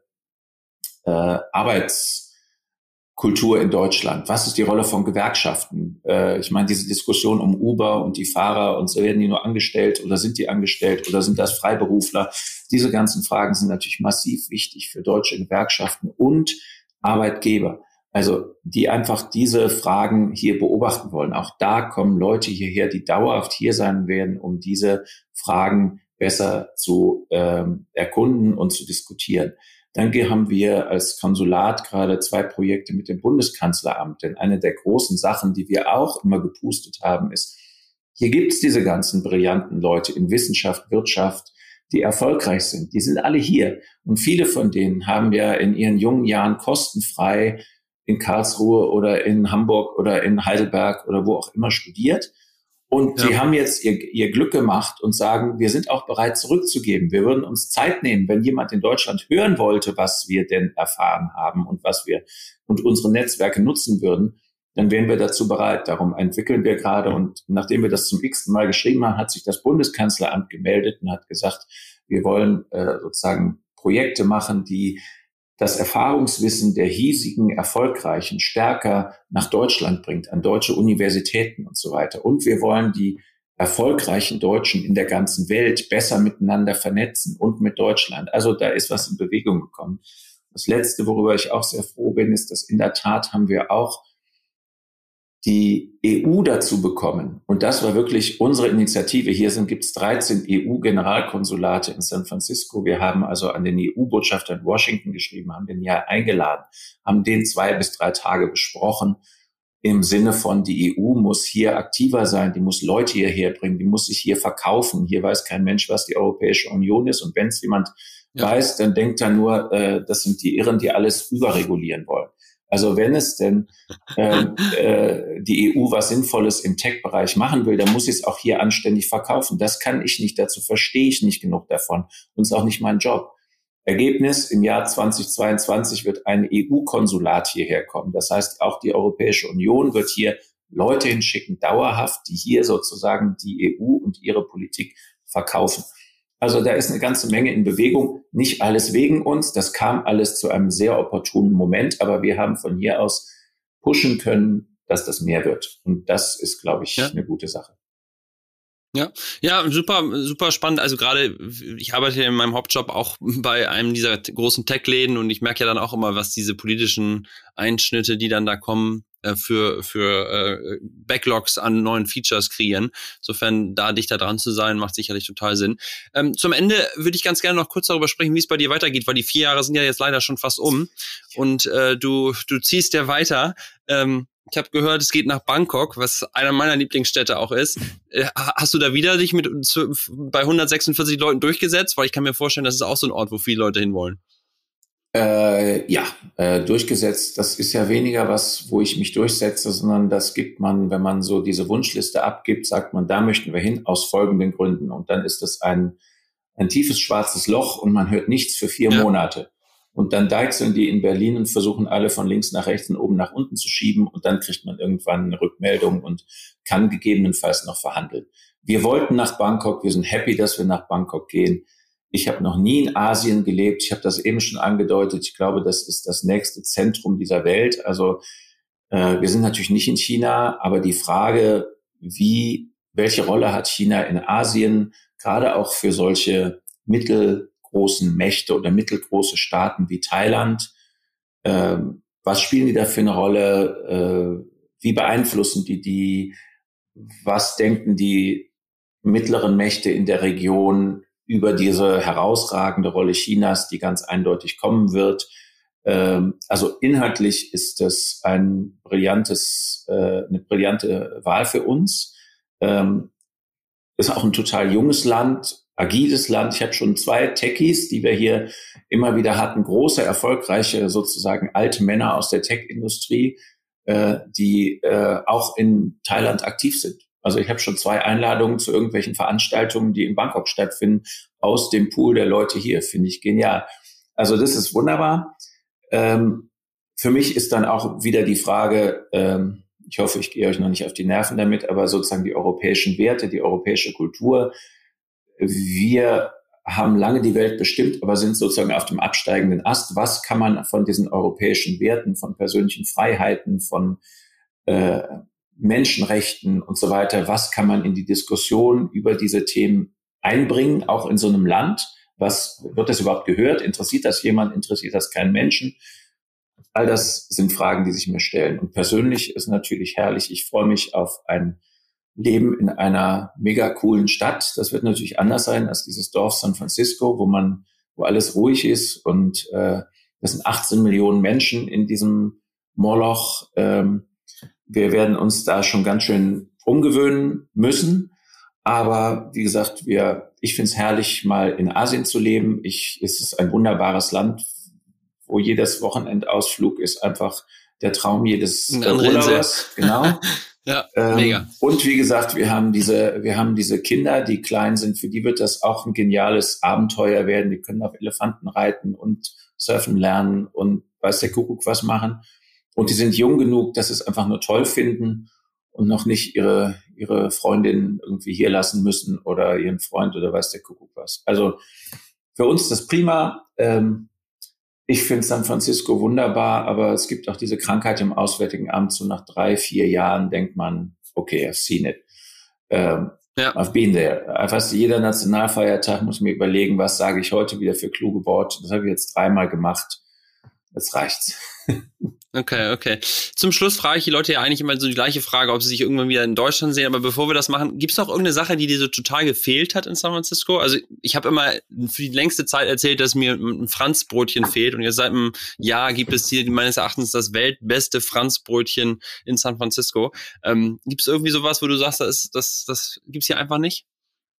äh, Arbeitskultur in Deutschland? Was ist die Rolle von Gewerkschaften? Äh, ich meine, diese Diskussion um Uber und die Fahrer, und so werden die nur angestellt oder sind die angestellt oder sind das Freiberufler? Diese ganzen Fragen sind natürlich massiv wichtig für deutsche Gewerkschaften und Arbeitgeber. Also die einfach diese Fragen hier beobachten wollen. Auch da kommen Leute hierher, die dauerhaft hier sein werden, um diese Fragen besser zu ähm, erkunden und zu diskutieren. Dann haben wir als Konsulat gerade zwei Projekte mit dem Bundeskanzleramt. Denn eine der großen Sachen, die wir auch immer gepustet haben, ist, hier gibt es diese ganzen brillanten Leute in Wissenschaft, Wirtschaft, die erfolgreich sind. Die sind alle hier. Und viele von denen haben ja in ihren jungen Jahren kostenfrei in Karlsruhe oder in Hamburg oder in Heidelberg oder wo auch immer studiert. Und ja. die haben jetzt ihr, ihr Glück gemacht und sagen, wir sind auch bereit zurückzugeben. Wir würden uns Zeit nehmen, wenn jemand in Deutschland hören wollte, was wir denn erfahren haben und was wir und unsere Netzwerke nutzen würden, dann wären wir dazu bereit. Darum entwickeln wir gerade. Und nachdem wir das zum x-ten Mal geschrieben haben, hat sich das Bundeskanzleramt gemeldet und hat gesagt, wir wollen äh, sozusagen Projekte machen, die das Erfahrungswissen der hiesigen Erfolgreichen stärker nach Deutschland bringt, an deutsche Universitäten und so weiter. Und wir wollen die erfolgreichen Deutschen in der ganzen Welt besser miteinander vernetzen und mit Deutschland. Also da ist was in Bewegung gekommen. Das Letzte, worüber ich auch sehr froh bin, ist, dass in der Tat haben wir auch die E U dazu bekommen. Und das war wirklich unsere Initiative. Hier sind, gibt es dreizehn E U-Generalkonsulate in San Francisco. Wir haben also an den E U-Botschafter in Washington geschrieben, haben den ja eingeladen, haben den zwei bis drei Tage besprochen im Sinne von, die E U muss hier aktiver sein, die muss Leute hierher bringen, die muss sich hier verkaufen. Hier weiß kein Mensch, was die Europäische Union ist. Und wenn es jemand ja. weiß, dann denkt er nur, äh, das sind die Irren, die alles überregulieren wollen. Also wenn es denn äh, äh, die E U was Sinnvolles im Tech-Bereich machen will, dann muss sie es auch hier anständig verkaufen. Das kann ich nicht, dazu verstehe ich nicht genug davon und ist auch nicht mein Job. Ergebnis, im Jahr zweitausendzweiundzwanzig wird ein E U-Konsulat hierher kommen. Das heißt, auch die Europäische Union wird hier Leute hinschicken, dauerhaft, die hier sozusagen die E U und ihre Politik verkaufen. Also da ist eine ganze Menge in Bewegung. Nicht alles wegen uns. Das kam alles zu einem sehr opportunen Moment. Aber wir haben von hier aus pushen können, dass das mehr wird. Und das ist, glaube ich, ja. eine gute Sache. Ja, ja, super, super spannend. Also gerade, ich arbeite in meinem Hauptjob auch bei einem dieser großen Tech-Läden und ich merke ja dann auch immer, was diese politischen Einschnitte, die dann da kommen, für für äh, Backlogs an neuen Features kreieren. Insofern, da dichter dran zu sein, macht sicherlich total Sinn. Ähm, zum Ende würde ich ganz gerne noch kurz darüber sprechen, wie es bei dir weitergeht, weil die vier Jahre sind ja jetzt leider schon fast um und äh, du du ziehst ja weiter. Ähm, ich habe gehört, es geht nach Bangkok, was einer meiner Lieblingsstädte auch ist. Äh, hast du da wieder dich mit zu, bei hundertsechsundvierzig Leuten durchgesetzt? Weil ich kann mir vorstellen, das ist auch so ein Ort, wo viele Leute hinwollen. Äh, ja, äh, durchgesetzt. Das ist ja weniger was, wo ich mich durchsetze, sondern das gibt man, wenn man so diese Wunschliste abgibt, sagt man, da möchten wir hin, aus folgenden Gründen. Und dann ist das ein, ein tiefes schwarzes Loch und man hört nichts für vier ja. Monate. Und dann deichseln die in Berlin und versuchen alle von links nach rechts und oben nach unten zu schieben. Und dann kriegt man irgendwann eine Rückmeldung und kann gegebenenfalls noch verhandeln. Wir wollten nach Bangkok. Wir sind happy, dass wir nach Bangkok gehen. Ich habe noch nie in Asien gelebt. Ich habe das eben schon angedeutet. Ich glaube, das ist das nächste Zentrum dieser Welt. Also äh, wir sind natürlich nicht in China, aber die Frage, wie, welche Rolle hat China in Asien, gerade auch für solche mittelgroßen Mächte oder mittelgroße Staaten wie Thailand, äh, was spielen die da für eine Rolle? Äh, wie beeinflussen die die? Was denken die mittleren Mächte in der Region über diese herausragende Rolle Chinas, die ganz eindeutig kommen wird? Ähm, also inhaltlich ist das ein brillantes, äh, eine brillante Wahl für uns. Ähm, ist auch ein total junges Land, agiles Land. Ich habe schon zwei Techies, die wir hier immer wieder hatten, große, erfolgreiche, sozusagen alte Männer aus der Tech-Industrie, äh, die äh, auch in Thailand aktiv sind. Also ich habe schon zwei Einladungen zu irgendwelchen Veranstaltungen, die in Bangkok stattfinden, aus dem Pool der Leute hier. Finde ich genial. Also das ist wunderbar. Ähm, für mich ist dann auch wieder die Frage, ähm, ich hoffe, ich gehe euch noch nicht auf die Nerven damit, aber sozusagen die europäischen Werte, die europäische Kultur. Wir haben lange die Welt bestimmt, aber sind sozusagen auf dem absteigenden Ast. Was kann man von diesen europäischen Werten, von persönlichen Freiheiten, von äh, Menschenrechten und so weiter, was kann man in die Diskussion über diese Themen einbringen, auch in so einem Land? Was wird das überhaupt gehört? Interessiert das jemand? Interessiert das keinen Menschen? All das sind Fragen, die sich mir stellen. Und persönlich ist natürlich herrlich. Ich freue mich auf ein Leben in einer mega coolen Stadt. Das wird natürlich anders sein als dieses Dorf San Francisco, wo man, wo alles ruhig ist. Und äh, das sind achtzehn Millionen Menschen in diesem Moloch. Ähm, wir werden uns da schon ganz schön umgewöhnen müssen. Aber wie gesagt, wir, ich finde es herrlich, mal in Asien zu leben. Ich, es ist ein wunderbares Land, wo jedes Wochenendausflug ist einfach der Traum jedes äh, Urlaubers. Genau. Ja, ähm, mega. Und wie gesagt, wir haben diese, wir haben diese Kinder, die klein sind. Für die wird das auch ein geniales Abenteuer werden. Die können auf Elefanten reiten und surfen lernen und weiß der Kuckuck was machen. Und die sind jung genug, dass sie es einfach nur toll finden und noch nicht ihre ihre Freundin irgendwie hier lassen müssen oder ihren Freund oder weiß der Kuckuck was. Also für uns ist das prima. Ähm, ich finde San Francisco wunderbar, aber es gibt auch diese Krankheit im Auswärtigen Amt. So nach drei, vier Jahren denkt man, okay, I've seen it. Ähm, ja. I've been there. Fast jeder Nationalfeiertag muss mir überlegen, was sage ich heute wieder für kluge Worte. Das habe ich jetzt dreimal gemacht. Jetzt reicht's. Okay, okay. Zum Schluss frage ich die Leute ja eigentlich immer so die gleiche Frage, ob sie sich irgendwann wieder in Deutschland sehen. Aber bevor wir das machen, gibt es noch irgendeine Sache, die dir so total gefehlt hat in San Francisco? Also ich habe immer für die längste Zeit erzählt, dass mir ein Franzbrötchen fehlt. Und jetzt seit einem Jahr gibt es hier meines Erachtens das weltbeste Franzbrötchen in San Francisco. Ähm, gibt es irgendwie sowas, wo du sagst, das, das, das gibt es hier einfach nicht?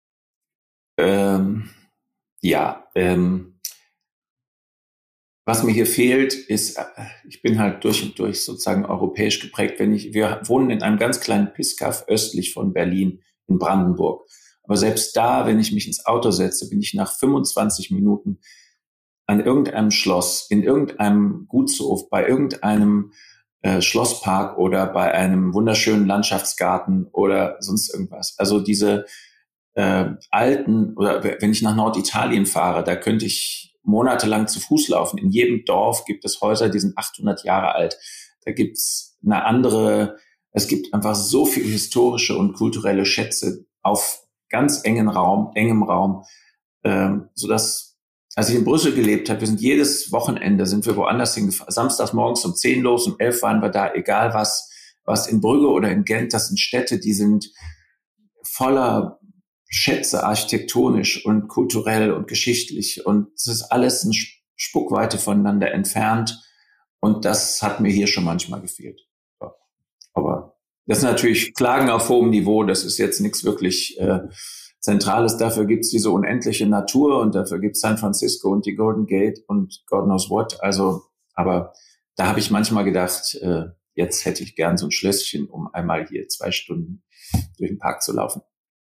Ähm, ja, ähm. Was mir hier fehlt, ist, ich bin halt durch und durch sozusagen europäisch geprägt. Wenn ich, wir wohnen in einem ganz kleinen Pisskaff östlich von Berlin in Brandenburg. Aber selbst da, wenn ich mich ins Auto setze, bin ich nach fünfundzwanzig Minuten an irgendeinem Schloss, in irgendeinem Gutshof, bei irgendeinem äh, Schlosspark oder bei einem wunderschönen Landschaftsgarten oder sonst irgendwas. Also diese äh, alten, oder wenn ich nach Norditalien fahre, da könnte ich monatelang zu Fuß laufen. In jedem Dorf gibt es Häuser, die sind achthundert Jahre alt. Da gibt's eine andere, es gibt einfach so viele historische und kulturelle Schätze auf ganz engen Raum, engem Raum, ähm, sodass, als ich in Brüssel gelebt habe, wir sind jedes Wochenende, sind wir woanders hingefahren, samstags morgens um zehn los, um elf waren wir da, egal was, was in Brügge oder in Gent, das sind Städte, die sind voller Schätze architektonisch und kulturell und geschichtlich und es ist alles eine Spuckweite voneinander entfernt und das hat mir hier schon manchmal gefehlt. Ja. Aber das ist natürlich Klagen auf hohem Niveau, das ist jetzt nichts wirklich äh, Zentrales, dafür gibt's diese unendliche Natur und dafür gibt's San Francisco und die Golden Gate und God knows what, also, aber da habe ich manchmal gedacht, äh, jetzt hätte ich gern so ein Schlösschen, um einmal hier zwei Stunden durch den Park zu laufen.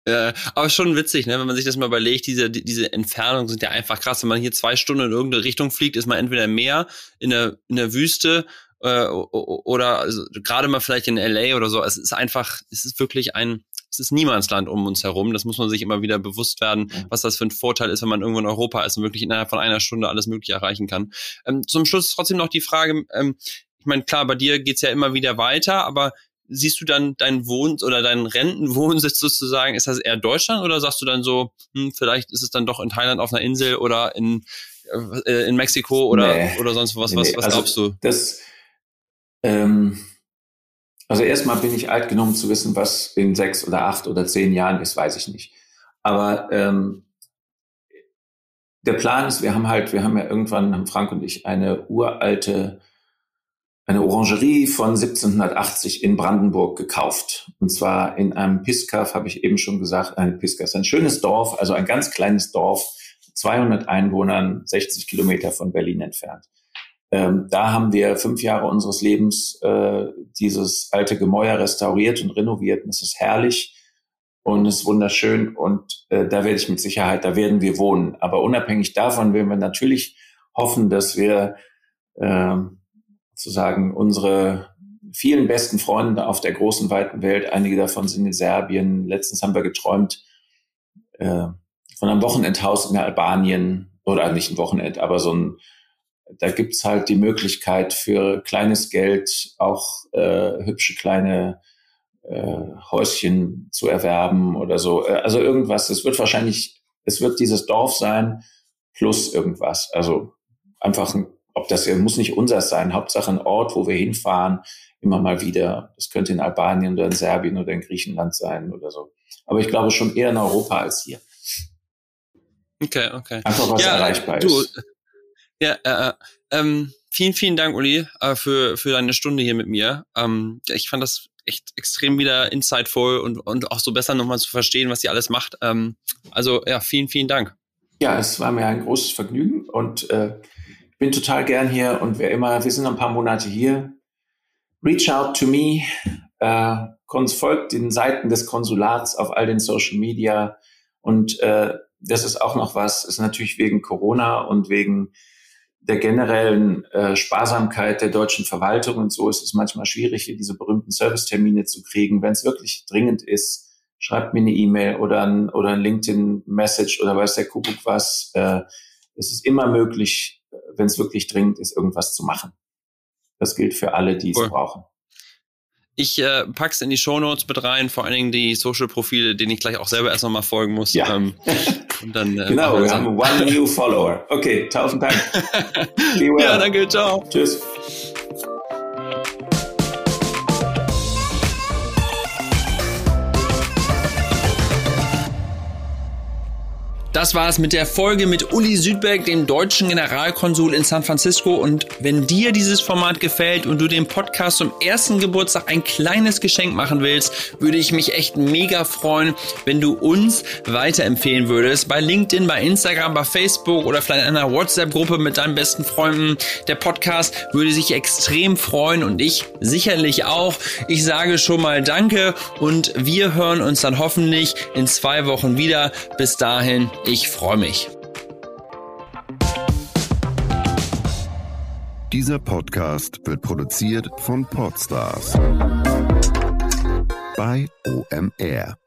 Ja, aber schon witzig, ne, wenn man sich das mal überlegt, diese, diese Entfernungen sind ja einfach krass. Wenn man hier zwei Stunden in irgendeine Richtung fliegt, ist man entweder im Meer, in der, in der Wüste äh, oder also, gerade mal vielleicht in L A oder so. Es ist einfach, es ist wirklich ein, es ist Niemandsland um uns herum. Das muss man sich immer wieder bewusst werden, was das für ein Vorteil ist, wenn man irgendwo in Europa ist und wirklich innerhalb von einer Stunde alles Mögliche erreichen kann. Ähm, zum Schluss trotzdem noch die Frage, ähm, ich meine, klar, bei dir geht's ja immer wieder weiter, aber siehst du dann deinen Wohn- oder deinen Rentenwohnsitz sozusagen, ist das eher Deutschland oder sagst du dann so, hm, vielleicht ist es dann doch in Thailand auf einer Insel oder in, äh, in Mexiko oder, nee, oder sonst was, was, nee, was also glaubst du? Das, ähm, also erstmal bin ich alt genug zu wissen, was in sechs oder acht oder zehn Jahren ist, weiß ich nicht. Aber ähm, der Plan ist, wir haben halt, wir haben ja irgendwann, haben Frank und ich eine uralte eine Orangerie von siebzehnhundertachtzig in Brandenburg gekauft. Und zwar in einem Piskav, habe ich eben schon gesagt, ein Piskav ist ein schönes Dorf, also ein ganz kleines Dorf, zweihundert Einwohnern, sechzig Kilometer von Berlin entfernt. Ähm, da haben wir fünf Jahre unseres Lebens äh, dieses alte Gemäuer restauriert und renoviert. Und es ist herrlich und es ist wunderschön und äh, da werde ich mit Sicherheit, da werden wir wohnen. Aber unabhängig davon werden wir natürlich hoffen, dass wir äh, sozusagen unsere vielen besten Freunde auf der großen, weiten Welt, einige davon sind in Serbien. Letztens haben wir geträumt äh, von einem Wochenendhaus in Albanien, oder nicht ein Wochenend, aber so ein, da gibt's halt die Möglichkeit für kleines Geld auch äh, hübsche kleine äh, Häuschen zu erwerben oder so. Also irgendwas, es wird wahrscheinlich, es wird dieses Dorf sein plus irgendwas. Also einfach ein Ob das muss nicht unseres sein, Hauptsache ein Ort, wo wir hinfahren, immer mal wieder. Das könnte in Albanien oder in Serbien oder in Griechenland sein oder so. Aber ich glaube schon eher in Europa als hier. Okay, okay. Einfach was ja, erreichbar du, ist. Ja, äh, ähm, vielen, vielen Dank, Uli, äh, für, für deine Stunde hier mit mir. Ähm, ich fand das echt extrem wieder insightful und, und auch so besser nochmal zu verstehen, was ihr alles macht. Ähm, also ja, vielen, vielen Dank. Ja, es war mir ein großes Vergnügen und äh, ich bin total gern hier und wer immer, wir sind noch ein paar Monate hier. Reach out to me, äh, folgt den Seiten des Konsulats auf all den Social Media und äh, das ist auch noch was, ist natürlich wegen Corona und wegen der generellen äh, Sparsamkeit der deutschen Verwaltung und so ist es manchmal schwierig, hier diese berühmten Servicetermine zu kriegen. Wenn es wirklich dringend ist, schreibt mir eine E-Mail oder ein, oder ein LinkedIn-Message oder weiß der Kuckuck was. Äh, es ist immer möglich, wenn es wirklich dringend ist, irgendwas zu machen. Das gilt für alle, die es cool. brauchen. Ich äh, pack's in die Shownotes mit rein, vor allen Dingen die Social-Profile, denen ich gleich auch selber erst nochmal folgen muss. Ja. Ähm, und dann, äh, genau, wir haben one new follower. Okay, tausend Dank. Be well. Ja, danke, ciao. Tschüss. Das war's mit der Folge mit Uli Südbeck, dem deutschen Generalkonsul in San Francisco. Und wenn dir dieses Format gefällt und du dem Podcast zum ersten Geburtstag ein kleines Geschenk machen willst, würde ich mich echt mega freuen, wenn du uns weiterempfehlen würdest. Bei LinkedIn, bei Instagram, bei Facebook oder vielleicht in einer WhatsApp-Gruppe mit deinen besten Freunden. Der Podcast würde sich extrem freuen und ich sicherlich auch. Ich sage schon mal Danke und wir hören uns dann hoffentlich in zwei Wochen wieder. Bis dahin. Ich freue mich. Dieser Podcast wird produziert von Podstars bei O M R.